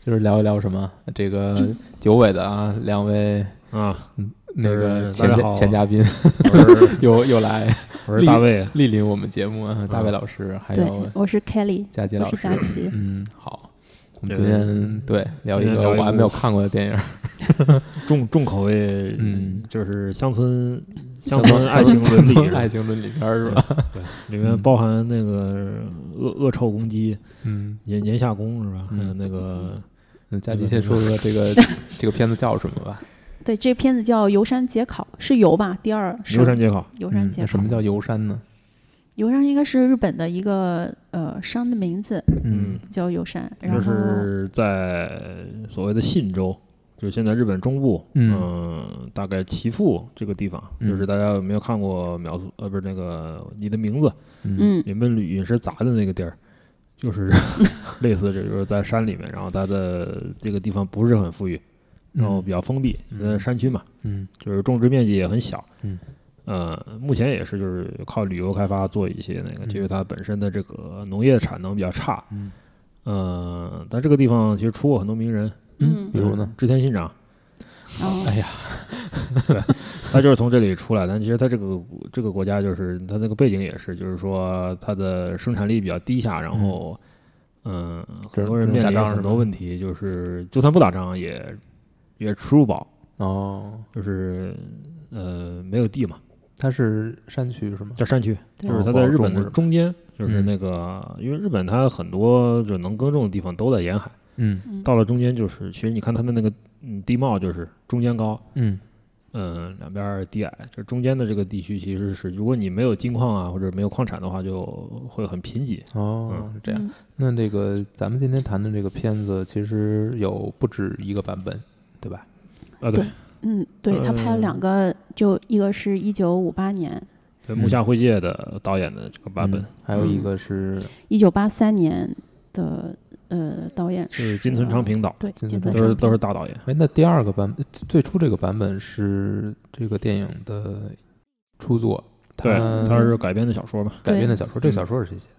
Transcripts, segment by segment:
就是聊一聊什么这个九尾的啊，两位啊， 那个前嘉宾又来， 我是大卫， 莅临我们节目啊，大卫老师，还有我是 Kelly， 佳琪老师， 佳琪， 好。我们今天聊一个我还没有看过的电影，重口味，就是乡村爱情伦理， 爱情伦理片是吧？ 对，里面包含那个恶臭公鸡，年下攻是吧？还有那个， 佳琪先说说这个片子叫什么吧？ 对，这片子叫《游山解考》，是游吧？第二游山解考， 游山解考。 什么叫游山呢？ 游山应该是日本的一个山的名字，叫游山，然后就是在所谓的信州，就是现在日本中部，大概岐阜这个地方，就是大家有没有看过不是那个你的名字，里面陨石砸的那个地儿，就是类似这就是在山里面，然后它的这个地方不是很富裕，然后比较封闭，在山区嘛，就是种植面积也很小，目前也是就是靠旅游开发做一些那个，就是它本身的这个农业产能比较差，但这个地方其实出过很多名人， 比如呢， 织田信长， 哎呀， 对，他就是从这里出来，但其实他这个国家就是他那个背景也是，就是说它的生产力比较低下，然后很多人面临很多问题，就是就算不打仗也吃不饱，就是没有地嘛。 它是山区是吗？ 叫山区，就是它在日本的中间，就是那个，因为日本它很多就能耕种的地方都在沿海，到了中间就是，其实你看它的那个地貌就是中间高，两边低矮，就中间的这个地区其实是，如果你没有金矿啊或者没有矿产的话，就会很贫瘠。 是这样。那这个咱们今天谈的这个片子其实有不止一个版本，对吧？ 对。 对，他拍了两个，就一个是1958年， 对，木下惠介的导演的这个版本， 还有一个是 1983年的导演是金村昌平导， 对， 都是大导演。 那第二个版本，最初这个版本是这个电影的初作， 对，它是改编的小说嘛？ 改编的小说，这个小说是谁写的？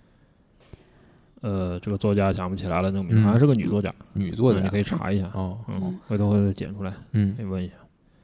这个作家想不起来了，那个名字好像是个女作家， 女作家， 你可以查一下。回头会剪出来，可以问一下。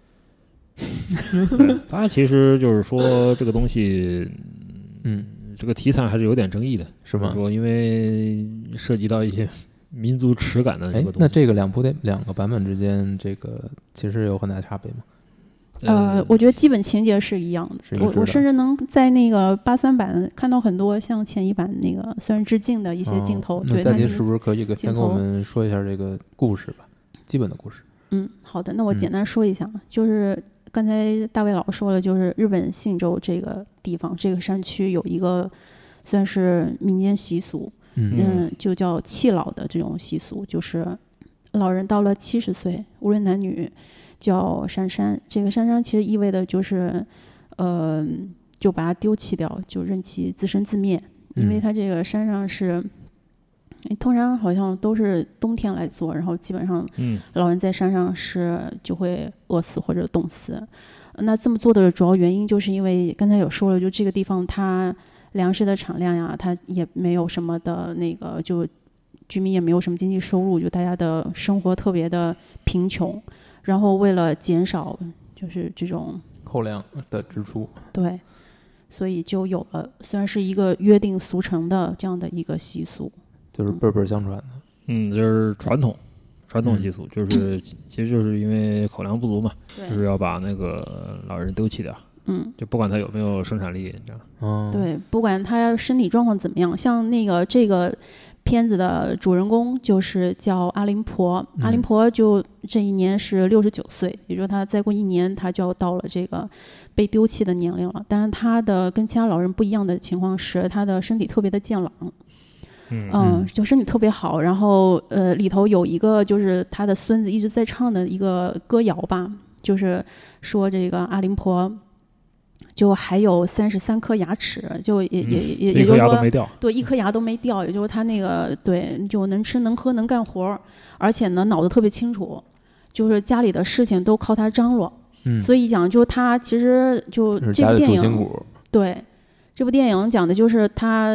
他其实就是说这个东西，这个题材还是有点争议的， 是吗？ 说因为涉及到一些民族耻感的这个东西。 那这个两个版本之间，这个其实有很大的差别吗？ 我觉得基本情节是一样的。我甚至能在那个83版看到很多像前一版那个虽然致敬的一些镜头。 那佳琪是不是可以先跟我们说一下这个故事吧？基本的故事。 好的，那我简单说一下，就是刚才大卫老师说了，就是日本信州这个地方这个山区有一个算是民间习俗，就叫弃老的这种习俗，就是老人到了70岁，无论男女，叫杉山。这个杉山其实意味的就是就把它丢弃掉，就任其自生自灭，因为它这个山上是通常好像都是冬天来做，然后基本上老人在山上就会饿死或者冻死。那这么做的主要原因就是因为刚才有说了，就这个地方它粮食的产量呀，它也没有什么的那个，就居民也没有什么经济收入，就大家的生活特别的贫穷，然后为了减少就是这种扣粮的支出， 对，所以就有了虽然是一个约定俗成的这样的一个习俗， 就是辈辈相传的， 就是传统习俗，就是其实就是因为口粮不足嘛，就是要把那个老人丢弃掉，就不管他有没有生产力，你知道对，不管他身体状况怎么样，像那个这个片子的主人公就是叫阿林婆，阿林婆就这一年是69岁，也就是他再过1年他就要到了这个被丢弃的年龄了。但是他的跟其他老人不一样的情况是，他的身体特别的健朗，就身体特别好。然后里头有一个就是他的孙子一直在唱的一个歌谣吧，就是说这个阿林婆就还有33颗牙齿，就也就是说，对，一颗牙都没掉，也就是他那个对，就能吃能喝能干活，而且呢脑子特别清楚，就是家里的事情都靠他张罗。所以讲就他其实就这部电影，对，这部电影讲的就是他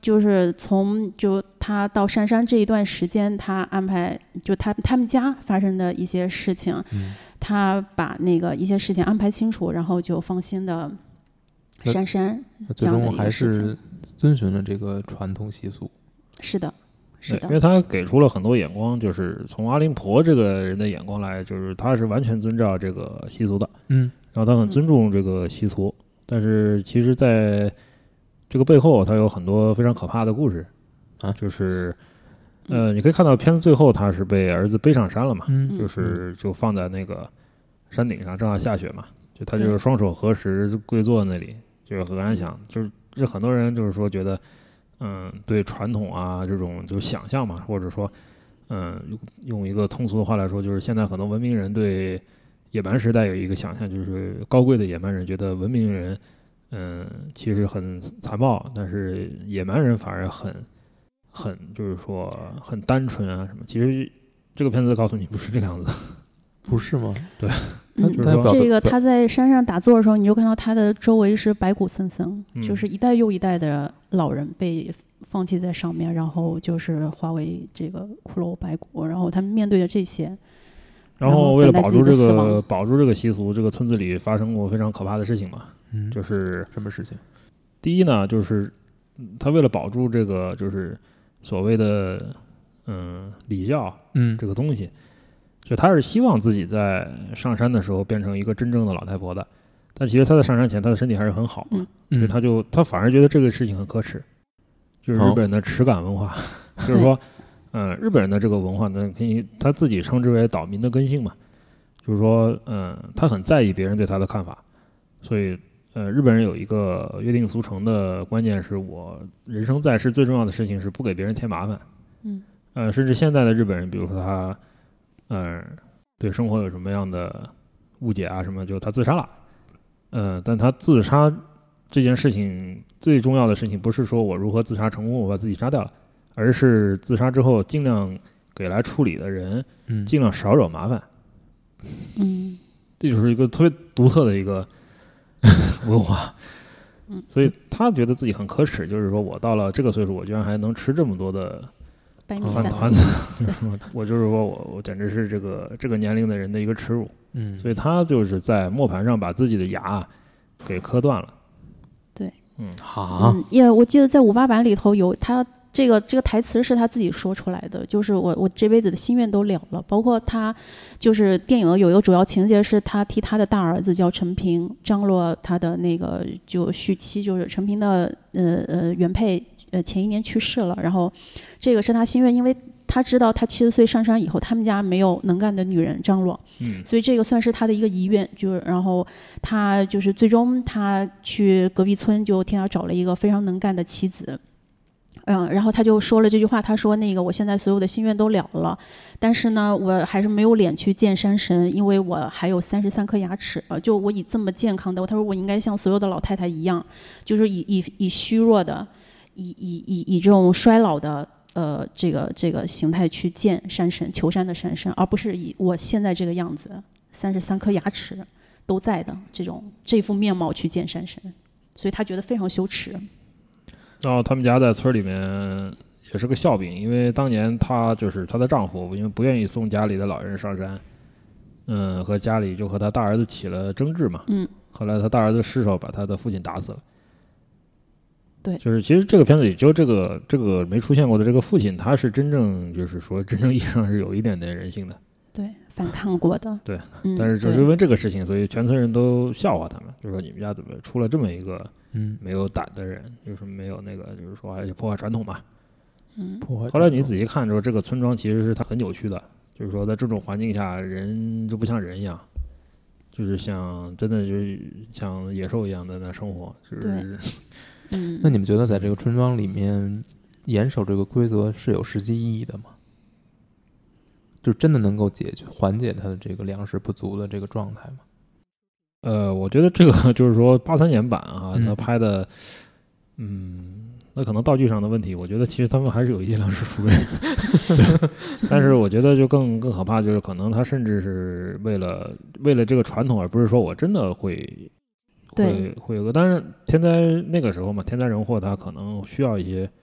就是从就他到杉山这一段时间，他安排就他们家发生的一些事情，他把那个一些事情安排清楚，然后就放心的杉山这样的一个事情。 最终还是遵循了这个传统习俗。 是的。是的， 因为他给出了很多眼光，就是从阿林婆这个人的眼光来，就是他是完全遵照这个习俗的，然后他很尊重这个习俗，但是其实在这个背后，他有很多非常可怕的故事啊，就是你可以看到片子最后他是被儿子背上山了嘛，就放在那个山顶上，正好下雪嘛，就他就是双手合十跪坐那里，就是很安详，就是很多人就是说觉得。对传统啊这种就想象嘛，或者说，用一个通俗的话来说，就是现在很多文明人对野蛮时代有一个想象，就是高贵的野蛮人觉得文明人，其实很残暴，但是野蛮人反而很就是说很单纯啊什么。其实这个片子告诉你不是这个样子， 不是吗？ 对。 这个他在山上打坐的时候，你就看到他的周围是白骨森森，就是一代又一代的老人被放弃在上面，然后就是化为这个骷髅白骨，然后他们面对着这些， 然后为了保住这个习俗，这个村子里发生过非常可怕的事情嘛，就是什么事情？ 第一呢，就是他为了保住这个就是所谓的礼教这个东西。就他是希望自己在上山的时候变成一个真正的老太婆的，但其实他在上山前他的身体还是很好嘛，所以他反而觉得这个事情很可耻，就是日本的耻感文化，就是说，日本人的这个文化呢，他自己称之为岛民的根性嘛，就是说，他很在意别人对他的看法，所以，日本人有一个约定俗成的观念是，我人生在世最重要的事情是不给别人添麻烦，甚至现在的日本人，比如说他。对生活有什么样的误解啊？什么就他自杀了，但他自杀这件事情最重要的事情不是说我如何自杀成功，我把自己杀掉了，而是自杀之后尽量给来处理的人，尽量少惹麻烦。这就是一个特别独特的一个文化。所以他觉得自己很可耻，就是说我到了这个岁数，我居然还能吃这么多的。饭团子，我就是说我简直是这个年龄的人的一个耻辱，所以他就是在磨盘上把自己的牙给磕断了。 对， 因为我记得在58版里头有他这个台词是他自己说出来的，就是我这辈子的心愿都了了，包括他就是电影有一个主要情节是他替他的大儿子叫陈平张罗他的那个就续期，就是陈平的原配。前一年去世了，然后这个是他心愿，因为他知道他70岁上山以后，他们家没有能干的女人张罗，所以这个算是他的一个遗愿，就是然后他就是最终他去隔壁村就替他找了一个非常能干的妻子，然后他就说了这句话，他说那个我现在所有的心愿都了了，但是呢我还是没有脸去见山神，因为我还有33颗牙齿，就我以这么健康的，他说我应该像所有的老太太一样，就是以虚弱的。以这种衰老的这个形态去见山神，求山的山神，而不是以我现在这个样子33颗牙齿都在的这副面貌去见山神，所以他觉得非常羞耻。 然后他们家在村里面也是个笑柄，因为当年她就是她的丈夫，因为不愿意送家里的老人上山，和家里就和他大儿子起了争执嘛，后来他大儿子失手把他的父亲打死了。 对， 就是其实这个片子里就这个没出现过的这个父亲，他是真正就是说真正意义上是有一点点人性的， 对，反抗过的， 对，但是就是因为这个事情，所以全村人都笑话他们，就说你们家怎么出了这么一个没有胆的人，就是没有那个就是说还是破坏传统嘛，后来你仔细看之后，这个村庄其实是它很扭曲的，就是说在这种环境下，人就不像人一样，就是真的就是像野兽一样的那生活，就是那你们觉得在这个村庄里面严守这个规则是有实际意义的吗？就真的能够缓解他的这个粮食不足的这个状态吗？ 我觉得这个就是说83年版啊，他拍的，那可能道具上的问题，我觉得其实他们还是有一些粮食储备，但是我觉得就更可怕，就是可能他甚至是为了这个传统，而不是说我真的会有个，当然天灾那个时候嘛，天灾人祸，它可能需要一些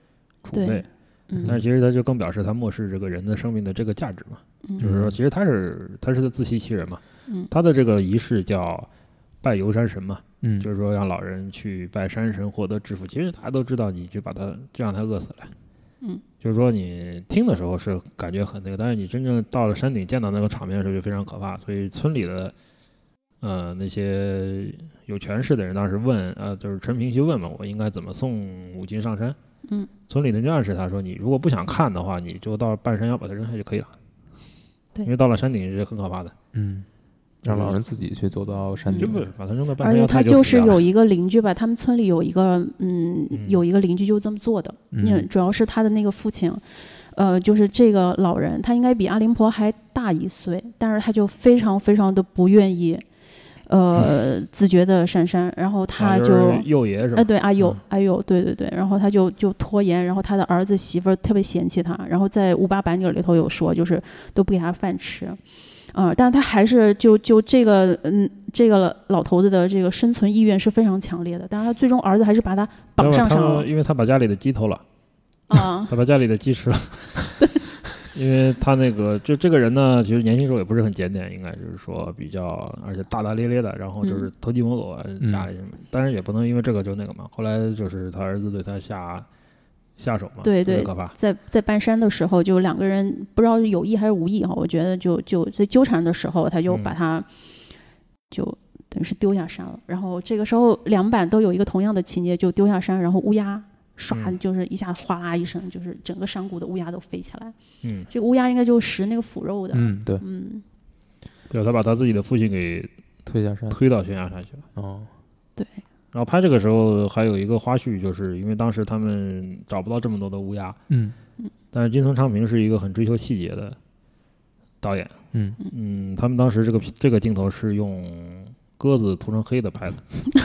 储备，但是其实他就更表示他漠视这个人的生命的这个价值嘛，就是说其实他是在自欺欺人嘛，他的这个仪式叫拜游山神嘛，就是说让老人去拜山神获得致富，其实大家都知道，你就让他饿死了。就是说你听的时候是感觉很那个，但是你真正到了山顶见到那个场面的时候就非常可怕。所以村里的那些有权势的人当时问就是陈平去问嘛，我应该怎么送五金上山？村里的院士他说，你如果不想看的话，你就到半山腰把它扔下就可以了。 对， 因为到了山顶是很可怕的。 让老人自己去走到山顶， 把他扔到半山腰， 而且他就是有一个邻居吧，他们村里有一个邻居就这么做的，主要是他的那个父亲，就是这个老人，他应该比阿林婆还大1岁，但是他就非常非常的不愿意，自觉的上山，然后他就幼爷是吧？ 对，阿幼，对，然后他就拖延，然后他的儿子媳妇儿特别嫌弃他，然后在58版里头有说，就是都不给他饭吃。但是他还是就这个老头子的这个生存意愿是非常强烈的，但是他最终儿子还是把他绑上了， 因为他把家里的鸡偷了他把家里的鸡吃了因为他那个就这个人呢，其实年轻时候也不是很检点，应该就是说比较，而且大大咧咧的，然后就是偷鸡摸狗家里，但是也不能因为这个就那个嘛。后来就是他儿子对他下手嘛， 对， 可怕。 在半山的时候，就两个人不知道是有意还是无意哈，我觉得就在纠缠的时候，他就把他就等于是丢下山了。然后这个时候2版都有一个同样的情节，就丢下山，然后乌鸦唰就是一下哗啦一声，就是整个山谷的乌鸦都飞起来。这个乌鸦应该就食那个腐肉的。 对， 对，他把他自己的父亲给推下山， 推到悬崖上去了。 对。 然后拍这个时候还有一个花絮，就是因为当时他们找不到这么多的乌鸦，但是金村昌平是一个很追求细节的导演，他们当时这个镜头是用鸽子涂成黑的拍的，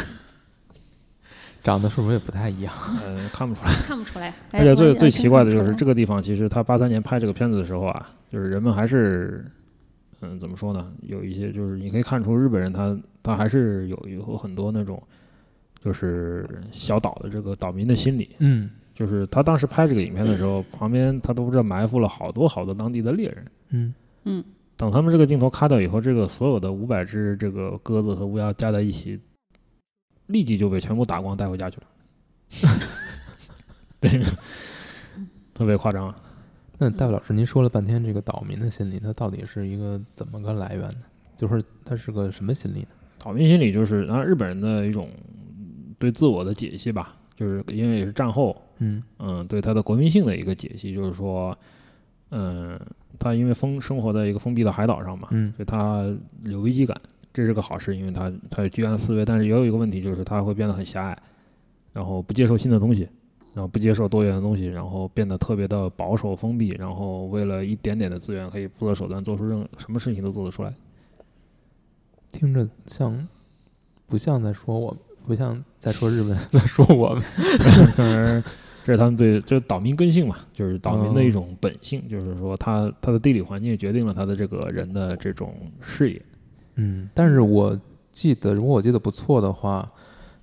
长得是不是也不太一样？ 看不出来， 看不出来。 而且最奇怪的就是这个地方，其实他83年拍这个片子的时候啊，就是人们还是，怎么说呢？有一些就是你可以看出日本人他还是有很多那种。就是小岛的这个岛民的心理，就是他当时拍这个影片的时候，旁边他都不知道埋伏了好多当地的猎人，等他们这个镜头卡掉以后，这个所有的500只这个鸽子和乌鸦加在一起，立即就被全部打光带回家去了，对，特别夸张。 那戴维老师，您说了半天这个岛民的心理，它到底是一个怎么个来源呢？就是它是个什么心理呢？ 岛民心理就是日本人的一种对自我的解析吧，就是因为也是战后，对他的国民性的一个解析，就是说，他因为生活在一个封闭的海岛上嘛，所以他有危机感，这是个好事，因为他有居安思危，但是也有一个问题，就是他会变得很狭隘，然后不接受新的东西，然后不接受多元的东西，然后变得特别的保守封闭，然后为了一点点的资源可以不择手段做出什么事情都做得出来。 听着不像在说我们，不像在说日本在说我们。 当然，这是他们对这岛民根性嘛，就是岛民的一种本性，就是说他的地理环境决定了他的这个人的这种视野。 但是我记得，如果我记得不错的话，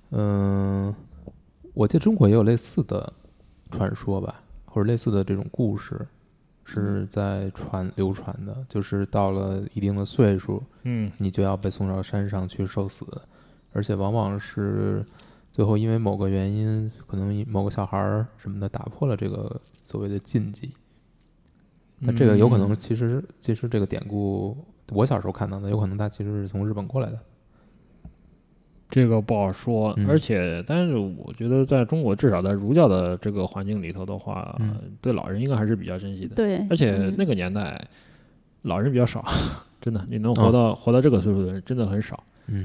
我记得中国也有类似的传说吧，或者类似的这种故事。是在流传的，就是到了一定的岁数，你就要被送到山上去受死，而且往往是最后因为某个原因，可能某个小孩什么的打破了这个所谓的禁忌。那这个有可能其实这个典故，我小时候看到的，有可能它其实是从日本过来的。 这个不好说，但是我觉得在中国，至少在儒教的这个环境里头的话，对老人应该还是比较珍惜的。对，而且那个年代，老人比较少，真的，你能活到这个岁数的人真的很少。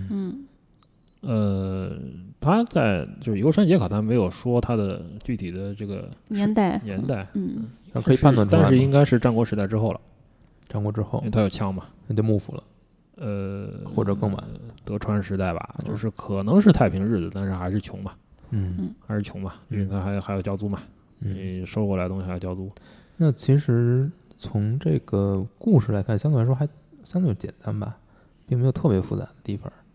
他在就是游山解考，他没有说他的具体的这个年代， 可以判断出来， 但是应该是战国时代之后了。 战国之后， 因为他有枪嘛， 那就幕府了。或者更晚， 德川时代吧，就是可能是太平日子，但是还是穷吧，还是穷吧，因为他还有交租嘛，你收过来的东西还要交租。 那其实从这个故事来看，相对来说还相对简单吧，并没有特别复杂的地方。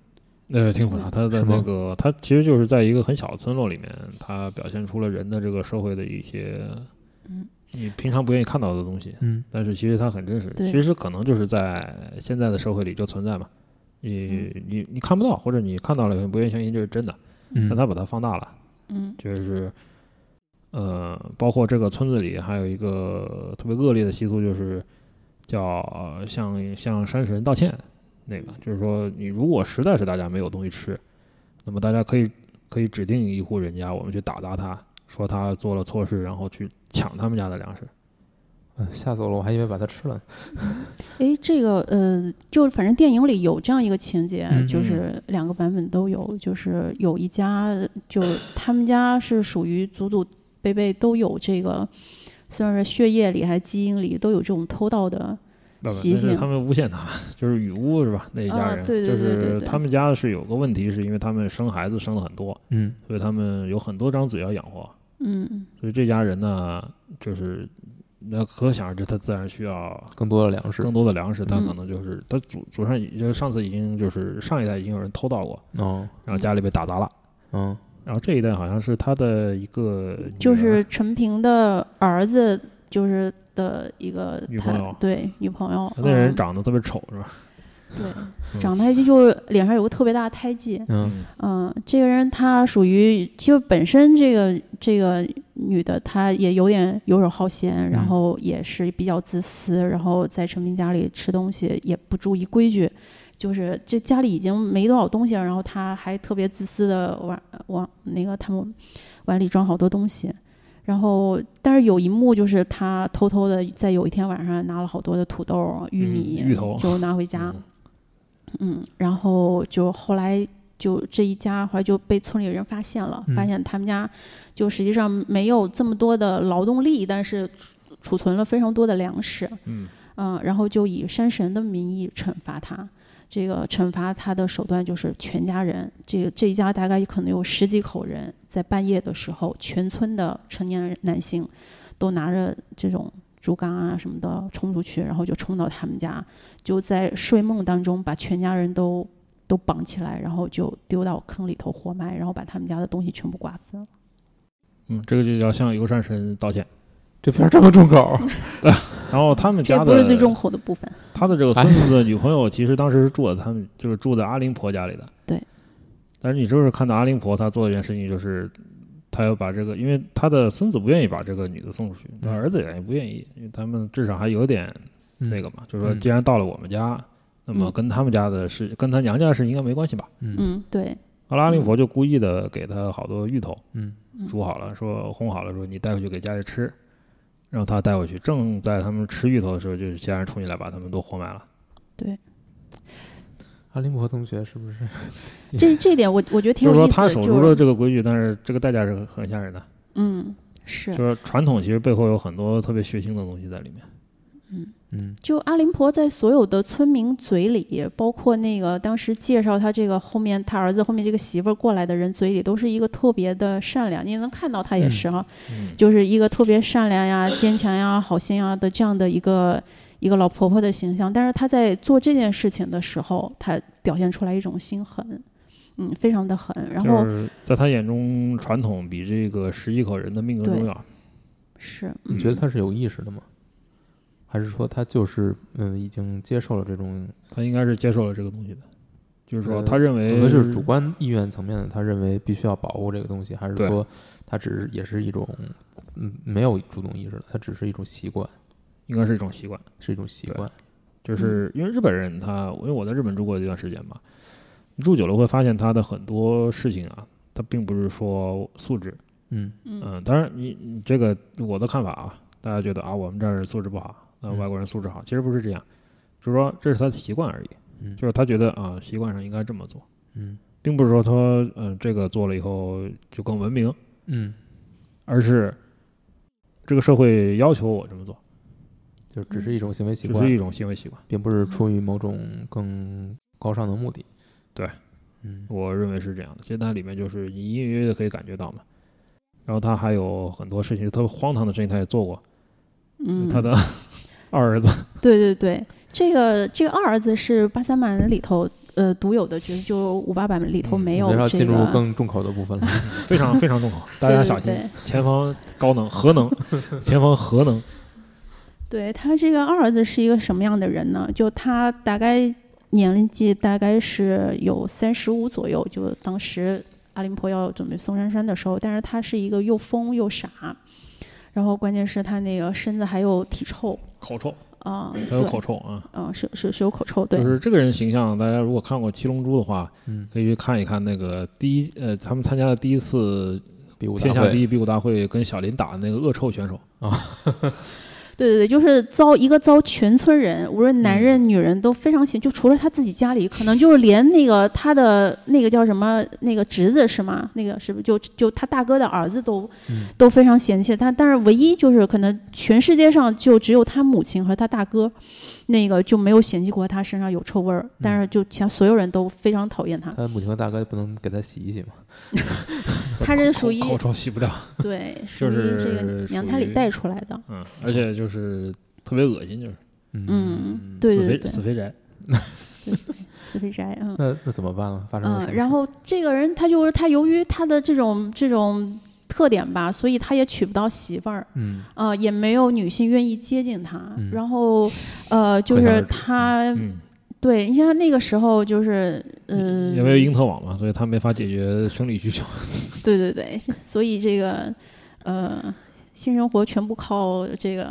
挺复杂。他的那个，他其实就是在一个很小的村落里面，他表现出了人的这个社会的一些，你平常不愿意看到的东西，但是其实它很真实。其实可能就是在现在的社会里就存在嘛，你看不到，或者你看到了不愿意相信这是真的，但他把它放大了，就是包括这个村子里还有一个特别恶劣的习俗，就是叫向山神道歉。那个就是说，你如果实在是大家没有东西吃，那么大家可以指定一户人家，我们去打砸他，说他做了错事，然后去抢他们家的粮食。 吓走了，我还以为把它吃了。 这个就反正电影里有这样一个情节，就是2个版本都有，就是有一家，就他们家是属于祖祖辈辈都有这个，虽然是血液里还是基因里都有这种偷盗的习性。 他们诬陷他，就是雨屋是吧？那一家人， 对， 就是他们家是有个问题，是因为他们生孩子生了很多，所以他们有很多张嘴要养活，所以这家人呢，就是那可想而知，他自然需要更多的粮食， 他可能就是他祖上就是上次已经就是上一代已经有人偷盗过，然后家里被打砸了，然后这一代好像是他的一个就是陈平的儿子，就是的一个女朋友， 对，女朋友， 那人长得特别丑是吧？ 对，长得就是脸上有个特别大的胎记。这个人他属于，其实本身这个女的她也有点游手好闲，然后也是比较自私，然后在陈平家里吃东西也不注意规矩，就是这家里已经没多少东西了，然后他还特别自私的往那个他们碗里装好多东西。然后，但是有一幕就是他偷偷的在有一天晚上拿了好多的土豆、玉米、 芋头， 就拿回家。然后就后来就这一家后来就被村里人发现了，发现他们家就实际上没有这么多的劳动力，但是储存了非常多的粮食。然后就以山神的名义惩罚他。这个惩罚他的手段就是全家人，这一家大概可能有10几口人，在半夜的时候，全村的成年男性都拿着这种竹竿啊什么的冲出去，然后就冲到他们家，就在睡梦当中把全家人都绑起来，然后就丢到坑里头活埋，然后把他们家的东西全部刮死了。 这个就叫向游山神道歉。 这片这么重口。 对，然后他们家的这不是最重口的部分。 他的这个孙子的女朋友其实当时是住在阿灵婆家里的。 对。 但是你就是看到阿灵婆她做的一件事情，就是她要把这个，因为他的孙子不愿意把这个女的送出去，他儿子也不愿意，因为他们至少还有点那个嘛，就是说既然到了我们家，那么跟他们家的事，跟他娘家的事应该没关系吧？ 对。 阿灵婆就故意的给他好多芋头，煮好了，说烘好了，说你带回去给家里吃。然后他带回去，正在他们吃芋头的时候，就是家人冲进来把他们都活埋了。 对， 阿灵婆同学是不是？ 这一点我觉得挺有意思。 就是说他守住了这个规矩，但是这个代价是很吓人的。 是。 就是传统其实背后有很多特别血腥的东西在里面。 就阿灵婆在所有的村民嘴里，包括那个当时介绍他这个后面他儿子后面这个媳妇儿过来的人嘴里，都是一个特别的善良，你能看到他也是就是一个特别善良呀、坚强呀、好心呀的这样的一个老婆婆的形象。但是他在做这件事情的时候，他表现出来一种心狠，非常的狠。然后就是在他眼中，传统比这个10几口人的命更重要。 是。 你觉得他是有意识的吗？还是说他就是已经接受了这种？ 他应该是接受了这个东西的，就是说他认为不是主观意愿层面的，他认为必须要保护这个东西，还是说他也是一种没有主动意识的，他只是一种习惯？ 应该是一种习惯， 是一种习惯。 就是因为日本人因为我在日本住过一段时间嘛，你住久了会发现他的很多事情啊，他并不是说素质。当然你这个我的看法啊，大家觉得我们这儿素质不好。外国人素质好，其实不是这样，就是说这是他的习惯而已，就是他觉得习惯上应该这么做，并不是说他这个做了以后就更文明，而是这个社会要求我这么做， 就只是一种行为习惯， 只是一种行为习惯， 并不是出于某种更高尚的目的。 对，我认为是这样的。其实它里面就是你隐隐约约的可以感觉到嘛，然后他还有很多事情特别荒唐的事情他也做过，他的二儿子， 对，这个二儿子是八三版里头独有的角色，就5-8版里头没有这个。 进入更重口的部分了， 非常非常重口，大家小心，前方高能核能，前方核能。 对，他这个二儿子是一个什么样的人呢？就他大概年纪大概是有35左右，就当时阿林婆要准备送珊珊的时候，但是他是一个又疯又傻，然后关键是他那个身子还有体臭， 口臭啊， 他有口臭啊， 是有口臭，对， 就是这个人形象，大家如果看过《七龙珠》的话，可以去看一看那个他们参加的第一次天下第一比武大会，跟小林打的那个恶臭选手啊。 对，就是遭全村人，无论男人女人都非常嫌，就除了他自己家里，可能就是连那个他的那个叫什么那个侄子是吗？那个是不是就他大哥的儿子都非常嫌弃他，但是唯一就是可能全世界上就只有他母亲和他大哥，那个就没有嫌弃过他身上有臭味儿，但是就其他所有人都非常讨厌他。 他母亲和大哥不能给他洗一洗吗？ 他这属于口臭洗不掉， 对，属于这个娘胎里带出来的， 而且就是特别恶心，就是对， 死肥宅， 对，死肥宅， 那怎么办了？发生了什么？ 然后这个人他由于他的这种特点吧，所以他也娶不到媳妇儿，也没有女性愿意接近他，然后就是他。对，你像那个时候就是因为因特网嘛，所以他没法解决生理需求。 对，所以这个性生活全部靠这个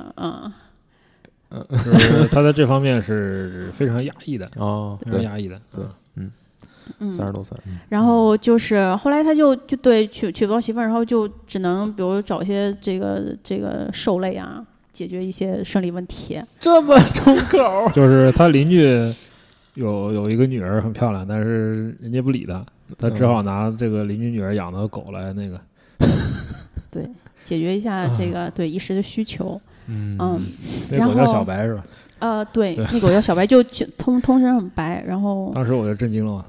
就是他在这方面是非常压抑的非常压抑的， 对，30多岁， 然后就是后来他就对娶不到媳妇儿，然后就只能比如找一些这个兽类啊，解决一些生理问题。 这么重口， 就是他邻居。有一个女儿很漂亮，但是人家不理他，他只好拿这个邻居女儿养的狗来那个， 对，解决一下这个对一时的需求。 那狗叫小白是吧？ 对，那狗叫小白，就通身很白，然后当时我就震惊了嘛。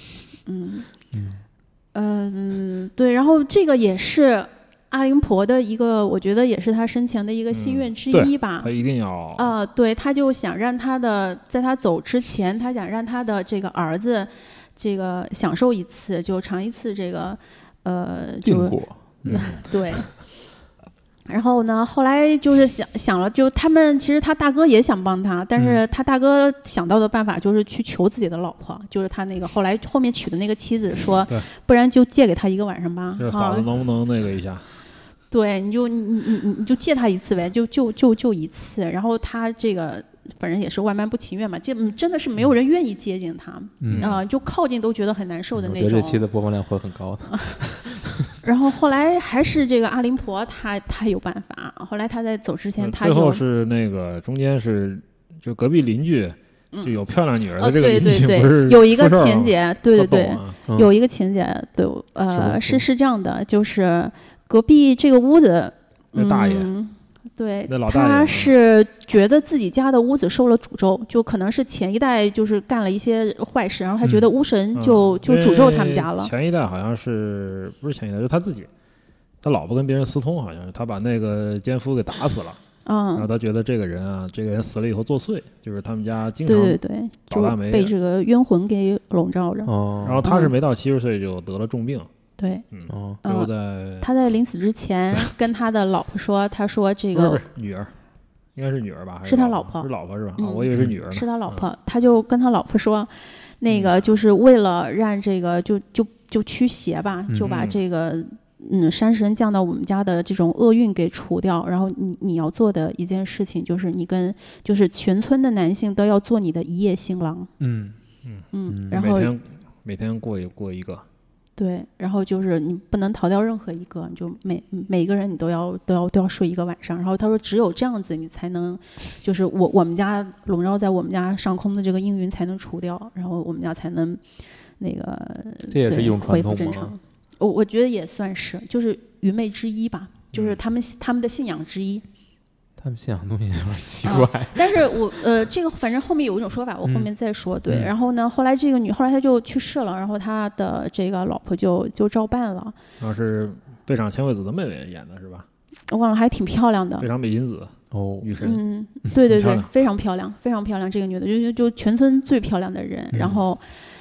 对，然后这个也是。阿林婆的一个，我觉得也是他生前的一个心愿之一吧。 他一定要对，他就想让在他走之前，他想让他的这个儿子，这个享受一次，就尝一次这个禁果。 对。然后呢，后来就是想了，就他们其实他大哥也想帮他，但是他大哥想到的办法就是去求自己的老婆，就是他那个后面娶的那个妻子说，不然就借给他一个晚上吧。 这嫂子能不能那个一下？ 对，你就借他一次呗，就一次。然后他这个反正也是万般不情愿嘛，真的是没有人愿意接近他，就靠近都觉得很难受的那种。 我觉得这期的播放量会很高的。 然后后来还是这个阿林婆，她有办法。后来她在走之前，她最后是那个中间是就隔壁邻居。就有漂亮女儿的这个邻居，不是有一个情节，对，有一个情节，对，是这样的，就是隔壁这个屋子， 那大爷， 对， 那老大爷他是觉得自己家的屋子受了诅咒，就可能是前一代就是干了一些坏事，然后他觉得巫神就诅咒他们家了。 前一代好像是不是前一代，就是他自己，他老婆跟别人私通，好像是他把那个奸夫给打死了。然后他觉得这个人死了以后作祟，就是他们家经常对， 倒大霉， 被这个冤魂给笼罩着。 然后他是没到70岁就得了重病。 对， 最后他在临死之前跟他的老婆说，他说这个不是女儿，应该是女儿吧？ 是他老婆， 是老婆是吧？我以为是女儿呢。 是他老婆，他就跟他老婆说，那个就是为了让这个就驱邪吧，就把这个。山神降到我们家的这种厄运给除掉，然后你要做的一件事情就是就是全村的男性都要做你的一夜新郎。然后每天过一个。 对，然后就是你不能逃掉任何一个，你就每个人你都要睡一个晚上。然后他说只有这样子你才能，就是我们家笼罩在我们家上空的这个阴云才能除掉，然后我们家才能那个这也是一种传统吗？我觉得也算是，就是愚昧之一吧，就是他们的信仰之一。 他们信仰的东西有点奇怪。 但是我这个反正后面有一种说法，我后面再说。对，然后呢，后来这个后来他就去世了，然后他的这个老婆就照办了。 是贝场千惠子的妹妹演的是吧？ 我忘了，还挺漂亮的。 贝场美金子女神。 对，非常漂亮，非常漂亮。这个女的就全村最漂亮的人，然后。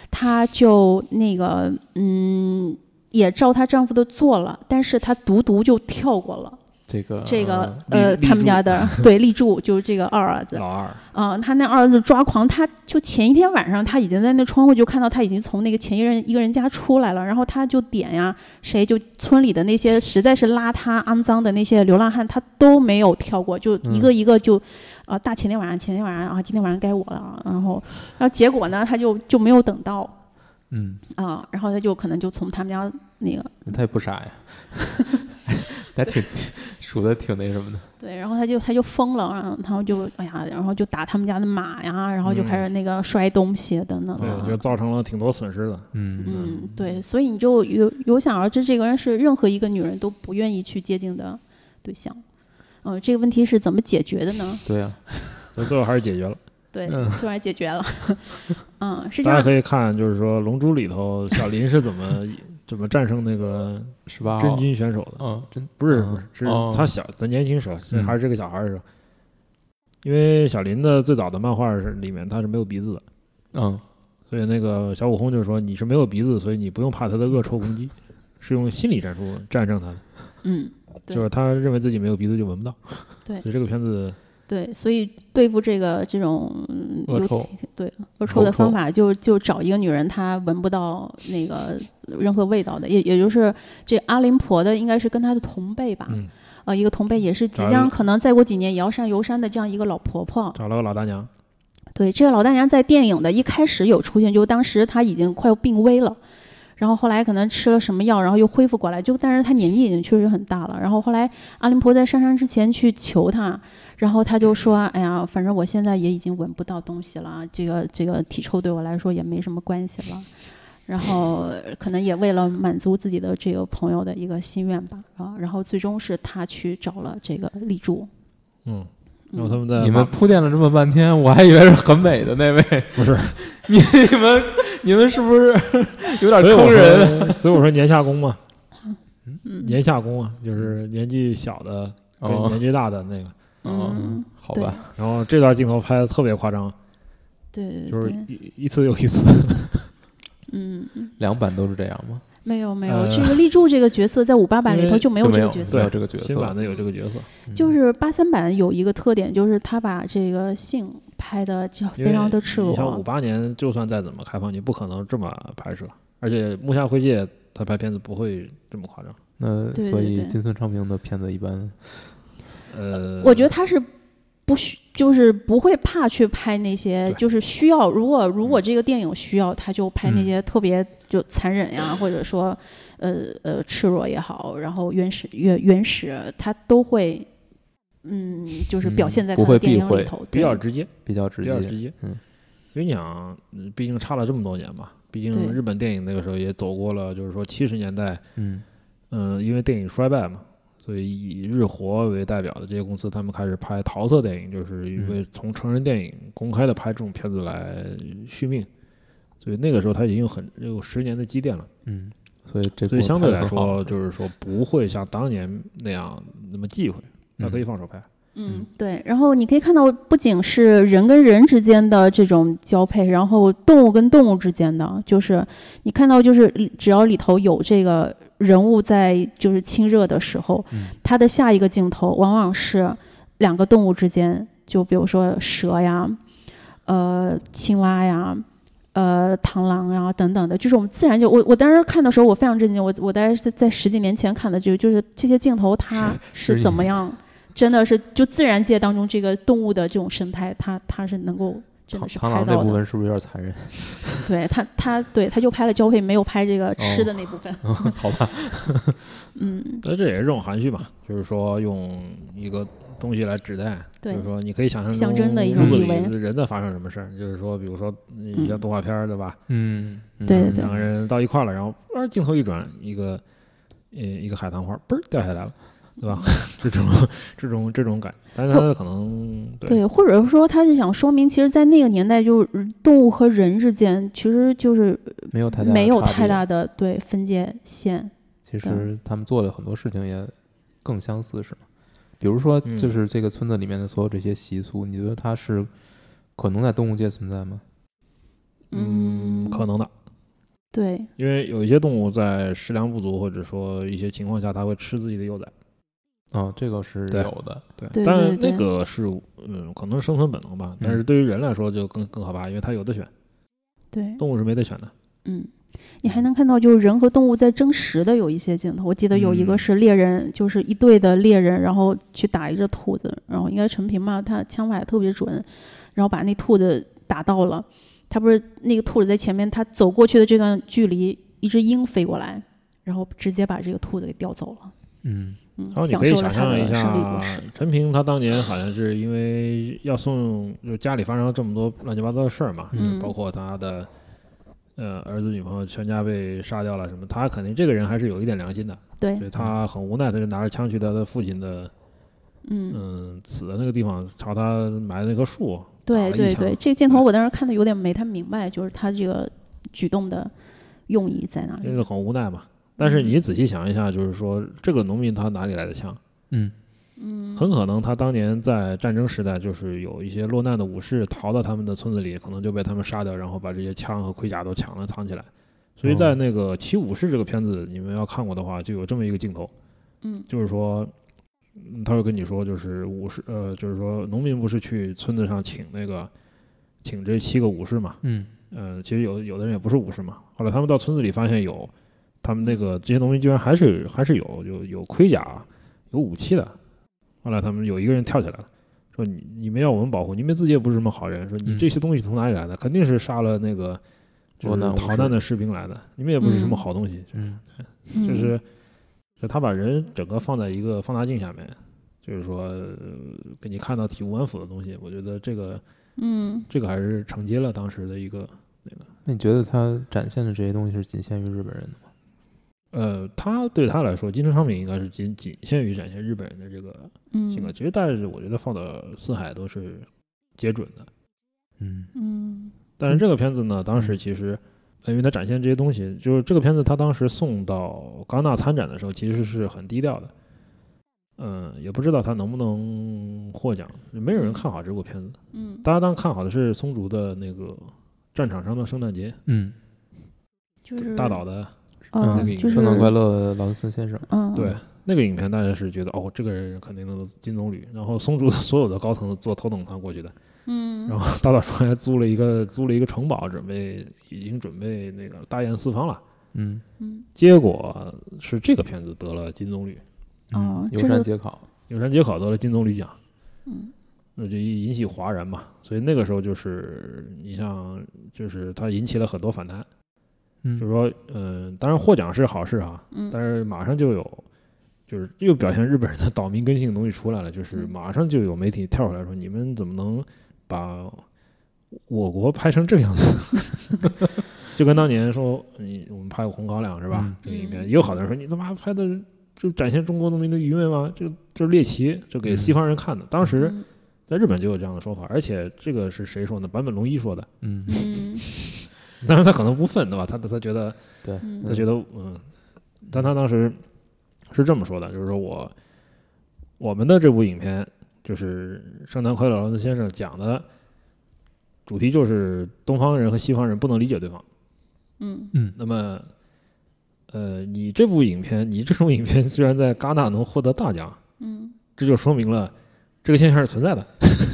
她就那个也照她丈夫的做了，但是她独独就跳过了。这个他们家的对立柱就是这个二儿子老二他那二儿子抓狂，他就前一天晚上他已经在那窗户就看到他已经从那个前一个人家出来了，然后他就点呀谁就村里的那些实在是邋遢肮脏的那些流浪汉他都没有跳过，就一个一个就大前天晚上今天晚上该我了，然后结果呢他就没有等到然后他就可能就从他们家那个他也不傻呀他挺数的挺那什么的， 对，然后他就疯了，然后就然后就打他们家的马呀，然后就开始那个摔东西等等的， 对，就造成了挺多损失的。 对，所以你就有想而知，这个人是任何一个女人都不愿意去接近的对象。这个问题是怎么解决的呢？ 对啊， 最后还是解决了。 对，最后还解决了。是这样。 大家可以看，就是说《龙珠》里头小林是怎么战胜那个真菌选手的？不是他他年轻时候，还是这个小孩的时候。因为小林的最早的漫画里面他是没有鼻子的，所以那个小悟空就说你是没有鼻子，所以你不用怕他的恶臭攻击，是用心理战术战胜他的。就是他认为自己没有鼻子就闻不到。对，所以这个片子。 对，所以对付这种恶臭， 对恶臭的方法就找一个女人，她闻不到那个任何味道的，也就是这阿林婆的应该是跟她的同辈吧，一个同辈也是即将可能再过几年也要上游山的这样一个老婆婆， 找了个老大娘。 对，这个老大娘在电影的一开始有出现，就当时她已经快要病危了。然后后来可能吃了什么药，然后又恢复过来，但是他年纪已经确实很大了。然后后来阿林婆在上山之前去求他，然后他就说：“哎呀，反正我现在也已经闻不到东西了，这个体臭对我来说也没什么关系了。”然后可能也为了满足自己的这个朋友的一个心愿吧，然后最终是他去找了这个立柱。 然后他们在你们铺垫了这么半天，我还以为是很美的那位， 不是你们是不是有点坑人？ 所以我说年下攻嘛，年下攻啊，就是年纪小的跟年纪大的那个， 好吧。 然后这段镜头拍的特别夸张， 对， 就是一次又一次。 两版都是这样吗？ 没有，这个立柱这个角色在58版里头就没有这个角色， 没有这个角色， 新版的有这个角色。 就是83版有一个特点，就是他把这个性拍的就非常的赤裸。 你像58年，就算再怎么开放，你不可能这么拍摄，而且木下惠介他拍片子不会这么夸张。 所以金村昌平的片子一般， 我觉得他是就是不会怕去拍那些，就是需要如果这个电影需要，他就拍那些特别就残忍呀，或者说赤裸也好，然后原始，他都会就是表现在他的电影里头， 比较直接。因为你想，毕竟差了这么多年嘛，毕竟日本电影那个时候也走过了，就是说70年代，因为电影衰败嘛。所以以日活为代表的这些公司，他们开始拍桃色电影，就是因为从成人电影公开的拍这种片子来续命。所以那个时候他已经有10年的积淀了。 所以相对来说，就是说不会像当年那样那么忌讳，他可以放手拍。 对。然后你可以看到，不仅是人跟人之间的这种交配，然后动物跟动物之间的，就是你看到，就是只要里头有这个人物在就是亲热的时候，他的下一个镜头往往是2个动物之间，就比如说蛇呀、青蛙呀、螳螂呀等等的这种自然我当时看的时候我非常震惊，我大概是在10几年前看的，就是这些镜头它是怎么样，真的是就自然界当中这个动物的这种生态，它是能够。真的是螳螂那部分是不是有点残忍？ 对他就拍了交配，没有拍这个吃的那部分。 好吧。 那这也是这种含蓄嘛，就是说用一个东西来指代，就是说你可以想象象征的一种意味， 人在发生什么事儿，就是说，比如说你像动画片对吧？ 对， 两个人到一块了，然后镜头一转，一个海棠花嘣掉下来了。对吧？这种感，但是他可能对，或者说他是想说明，其实，在那个年代，就是动物和人之间，其实就是没有太大的对分界线。 其实他们做的很多事情也更相似，是吗？比如说，就是这个村子里面的所有这些习俗，你觉得它是可能在动物界存在吗？ 可能的。 对， 因为有一些动物在食粮不足或者说一些情况下，它会吃自己的幼崽。 哦，这个是有的， 对， 但那个是可能生存本能吧，但是对于人来说就更可怕，因为它有的选， 对， 动物是没得选的。 你还能看到就是人和动物在争食的有一些镜头，我记得有一个是猎人，就是一队的猎人，然后去打一只兔子，然后应该陈平嘛，他枪法也特别准，然后把那兔子打到了，他不是那个兔子在前面，他走过去的这段距离，一只鹰飞过来，然后直接把这个兔子给叼走了。 然后你可以想象一下，陈平他当年好像是因为要送，就家里发生了这么多乱七八糟的事儿嘛，包括他的儿子女朋友全家被杀掉了什么，他肯定这个人还是有一点良心的， 对， 所以他很无奈，他就拿着枪去他的父亲的死的那个地方朝他埋的那棵树。 对，这个镜头我当时看的有点没太明白，就是他这个举动的用意在哪里？ 就是很无奈嘛。但是你仔细想一下，就是说这个农民他哪里来的枪？很可能他当年在战争时代，就是有一些落难的武士逃到他们的村子里，可能就被他们杀掉，然后把这些枪和盔甲都抢了藏起来。所以在那个《骑武士》这个片子，你们要看过的话，就有这么一个镜头，就是说他会跟你说，就是武士，就是说农民不是去村子上请这7个武士嘛，其实有的人也不是武士嘛。后来他们到村子里发现有。他们这些农民居然还是有盔甲、有武器的。后来他们有一个人跳起来了，说你们要我们保护，你们自己也不是什么好人，说你这些东西从哪里来的？肯定是杀了那个就是逃难的士兵来的，你们也不是什么好东西。就是他把人整个放在一个放大镜下面，就是说给你看到体无完肤的东西。我觉得这个还是承接了当时的一个那个。 那你觉得他展现的这些东西是仅限于日本人的吗？ 他对他来说，金城昌平应该是仅限于展现日本人的这个性格。其实，但是我觉得放到四海都是皆准的。但是这个片子呢，当时其实，因为他展现这些东西，就是这个片子他当时送到戛纳参展的时候，其实是很低调的。也不知道他能不能获奖，没有人看好这部片子。大家当看好的是松竹的那个《战场上的圣诞节》。 就是大岛的。 那个圣诞快乐，劳斯先生。 对，那个影片大家是觉得这个人肯定能金棕榈，然后松竹的所有的高层都坐头等舱过去的。然后大岛说还租了一个城堡，已经准备那个大宴四方了。结果是这个片子得了金棕榈。 游山节考得了金棕榈奖。那就引起哗然嘛，所以那个时候就是你像就是它引起了很多反弹。就是说，当然获奖是好事哈，但是马上就有，就是又表现日本人的岛民根性的东西出来了，就是马上就有媒体跳出来说，你们怎么能把我国拍成这个样子？就跟当年说，我们拍过《红高粱》是吧？这个影片也有好多人说，你他妈拍的就展现中国农民的愚昧吗？这就是猎奇，就给西方人看的。当时在日本就有这样的说法，而且这个是谁说的？坂本龙一说的。当然他可能不忿，对吧？他觉得， 对， 他觉得，但他当时是这么说的，就是说我们的这部影片就是《圣诞快乐，劳伦斯先生》讲的主题就是东方人和西方人不能理解对方。那么，你这部影片，你这种影片虽然在戛纳能获得大奖，这就说明了这个现象是存在的。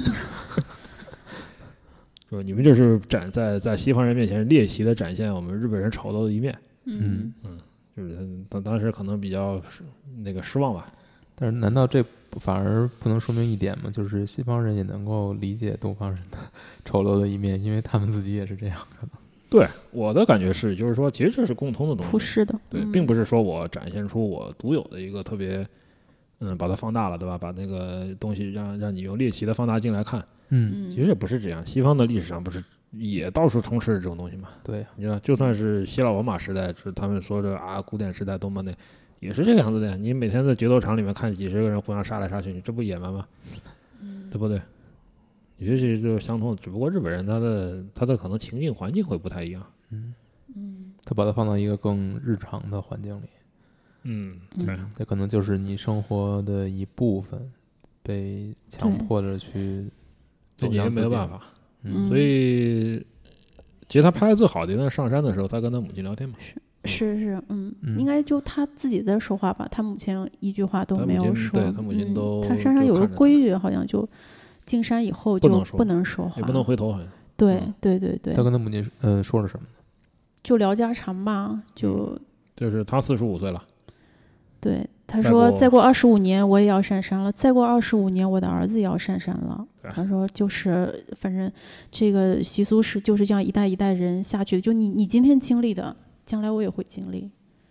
说你们就是在西方人面前猎奇的展现我们日本人丑陋的一面。就是他当时可能比较那个失望吧。 但是难道这反而不能说明一点吗？就是西方人也能够理解东方人的丑陋的一面，因为他们自己也是这样的。 对，我的感觉是，就是说其实这是共通的东西， 普世的。 对，并不是说我展现出我独有的一个特别把它放大了，对吧？把那个东西让你用猎奇的放大镜来看。其实也不是这样，西方的历史上不是也到处充斥着这种东西嘛？ 对， 你知道，就算是希腊罗马时代，是他们说着古典时代多么的，也是这个样子的呀。你每天在决斗场里面看几十个人互相杀来杀去，你这不野蛮吗？对不对？有些是就是相通的，只不过日本人他的可能情境环境会不太一样。 他把它放到一个更日常的环境里。 对， 这可能就是你生活的一部分，被强迫着去。 这你也没有办法。所以其实他拍的最好的那上山的时候，他跟他母亲聊天嘛。 是，应该就他自己在说话吧，他母亲一句话都没有说。 对，他母亲都。 他山上有个规矩，好像就进山以后就不能说话， 也不能回头，好像。 对。 他跟他母亲说了什么？ 就聊家常吧， 就是他45岁了。 对，他说再过25年我也要上山了，再过25年我的儿子也要上山了。他说就是反正这个习俗是就是这样一代一代人下去的，就你今天经历的，将来我也会经历。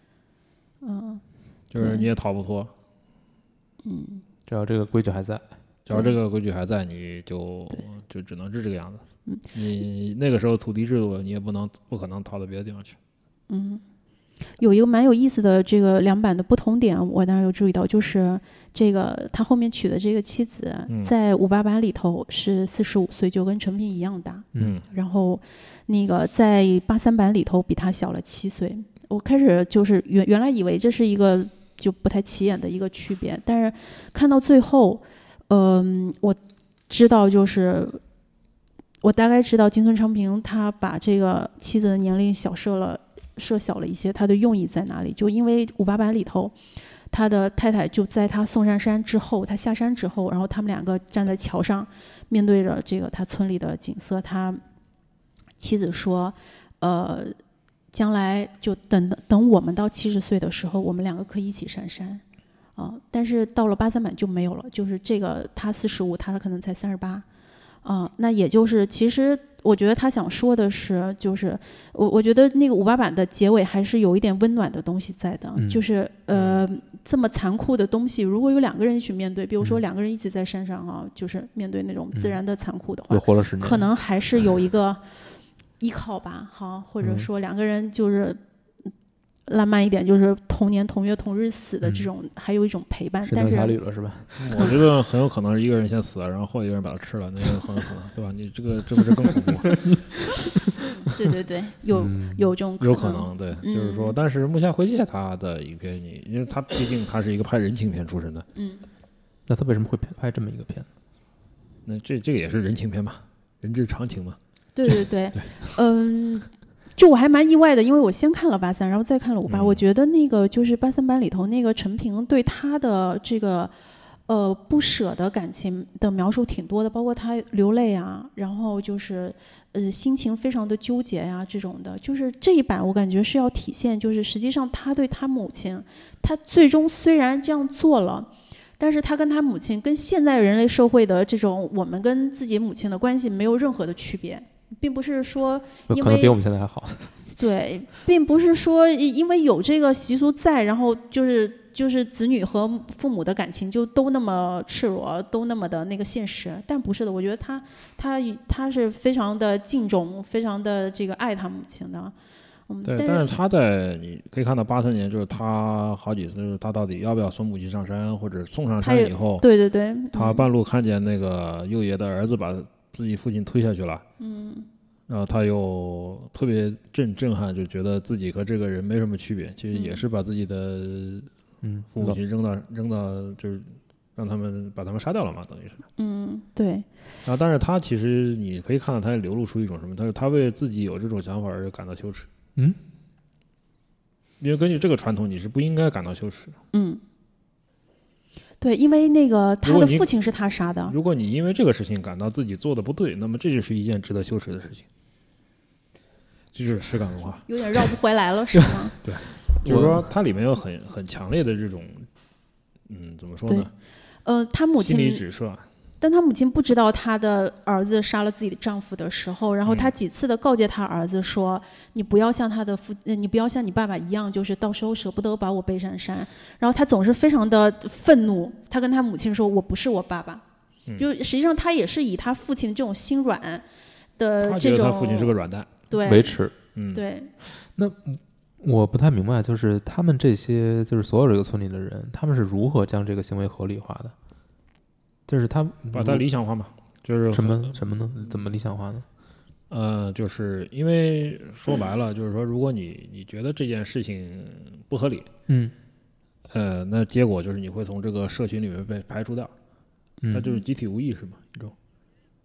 就是你也逃不脱。 只要这个规矩还在， 你就只能是这个样子。你那个时候土地制度，你也不可能逃到别的地方去。 有一个蛮有意思的这个两版的不同点，我当然有注意到，就是这个他后面娶的这个妻子，在58版里头是45岁，就跟陈平一样大。然后那个在83版里头比他小了7岁。我开始就是原来以为这是一个就不太起眼的一个区别，但是看到最后，我知道就是我大概知道金村昌平他把这个妻子的年龄设小了一些，他的用意在哪里？就因为58版里头，他的太太就在他送上山之后，他下山之后，然后他们两个站在桥上，面对着这个他村里的景色，他妻子说，将来就等我们到70岁的时候，我们两个可以一起上山。但是到了83版就没有了，就是这个他45，他可能才38。那也就是其实我觉得他想说的是，就是我觉得那个58版的结尾还是有一点温暖的东西在的，就是这么残酷的东西，如果有2个人去面对，比如说2个人一起在山上就是面对那种自然的残酷的话， 活了10年， 可能还是有一个依靠吧，或者说2个人就是浪漫一点，就是同年同月同日死的这种，还有一种陪伴。但是旅了是吧？ 我觉得很有可能是一个人先死了，然后后一个人把他吃了，那个很有可能，对吧？你这不是更恐怖？ 对，有这种有可能，对，就是说，但是木下惠介他的影片，因为他毕竟他是一个拍人情片出身的， 那他为什么会拍这么一个片？ 那这个也是人情片嘛，人之常情嘛。 对，就我还蛮意外的，因为我先看了83，然后再看了58，我觉得那个就是83版里头那个陈平对他的这个不舍的感情的描述挺多的，包括他流泪啊，然后就是心情非常的纠结呀，这种的，就是这一版我感觉是要体现，就是实际上他对他母亲，他最终虽然这样做了，但是他跟他母亲跟现在人类社会的这种我们跟自己母亲的关系没有任何的区别。并不是说因为可能比我们现在还好， 对，并不是说因为有这个习俗在，然后就是子女和父母的感情就都那么赤裸，都那么的那个现实，但不是的，我觉得他是非常的敬重，非常的这个爱他母亲的。 对，但是他在你可以看到83年，就是他好几次，就是他到底要不要送母亲上山，或者送上山以后， 对， 他半路看见那个右爷的儿子把自己父亲推下去了，然后他又特别震撼，就觉得自己和这个人没什么区别，其实也是把自己的父母亲扔到就是让他们把他们杀掉了嘛，等于是。 对。 然后但是他其实你可以看到他流露出一种什么，他为自己有这种想法而感到羞耻。因为根据这个传统，你是不应该感到羞耻的。 对，因为那个他的父亲是他杀的。 如果你因为这个事情感到自己做的不对，那么这就是一件值得羞耻的事情。这就是实感文化， 有点绕不回来了，是吗？ 对，就是说它里面有很强烈的这种，怎么说呢？ 他母亲心理指涉。 但他母亲不知道他的儿子杀了自己的丈夫的时候，然后他几次的告诫他儿子说：“你不要像你不要像你爸爸一样，就是到时候舍不得把我背上山。”然后他总是非常的愤怒，他跟他母亲说：“我不是我爸爸。”就实际上他也是以他父亲这种心软的这种，他觉得他父亲是个软蛋， 对， 维持。 对。 那我不太明白，就是他们这些就是所有这个村里的人，他们是如何将这个行为合理化的？就是他把它理想化嘛，就是什么呢？怎么理想化呢？ 就是因为说白了，就是说，如果你觉得这件事情不合理，那结果就是你会从这个社群里面被排除掉，它就是集体无意识嘛，一种。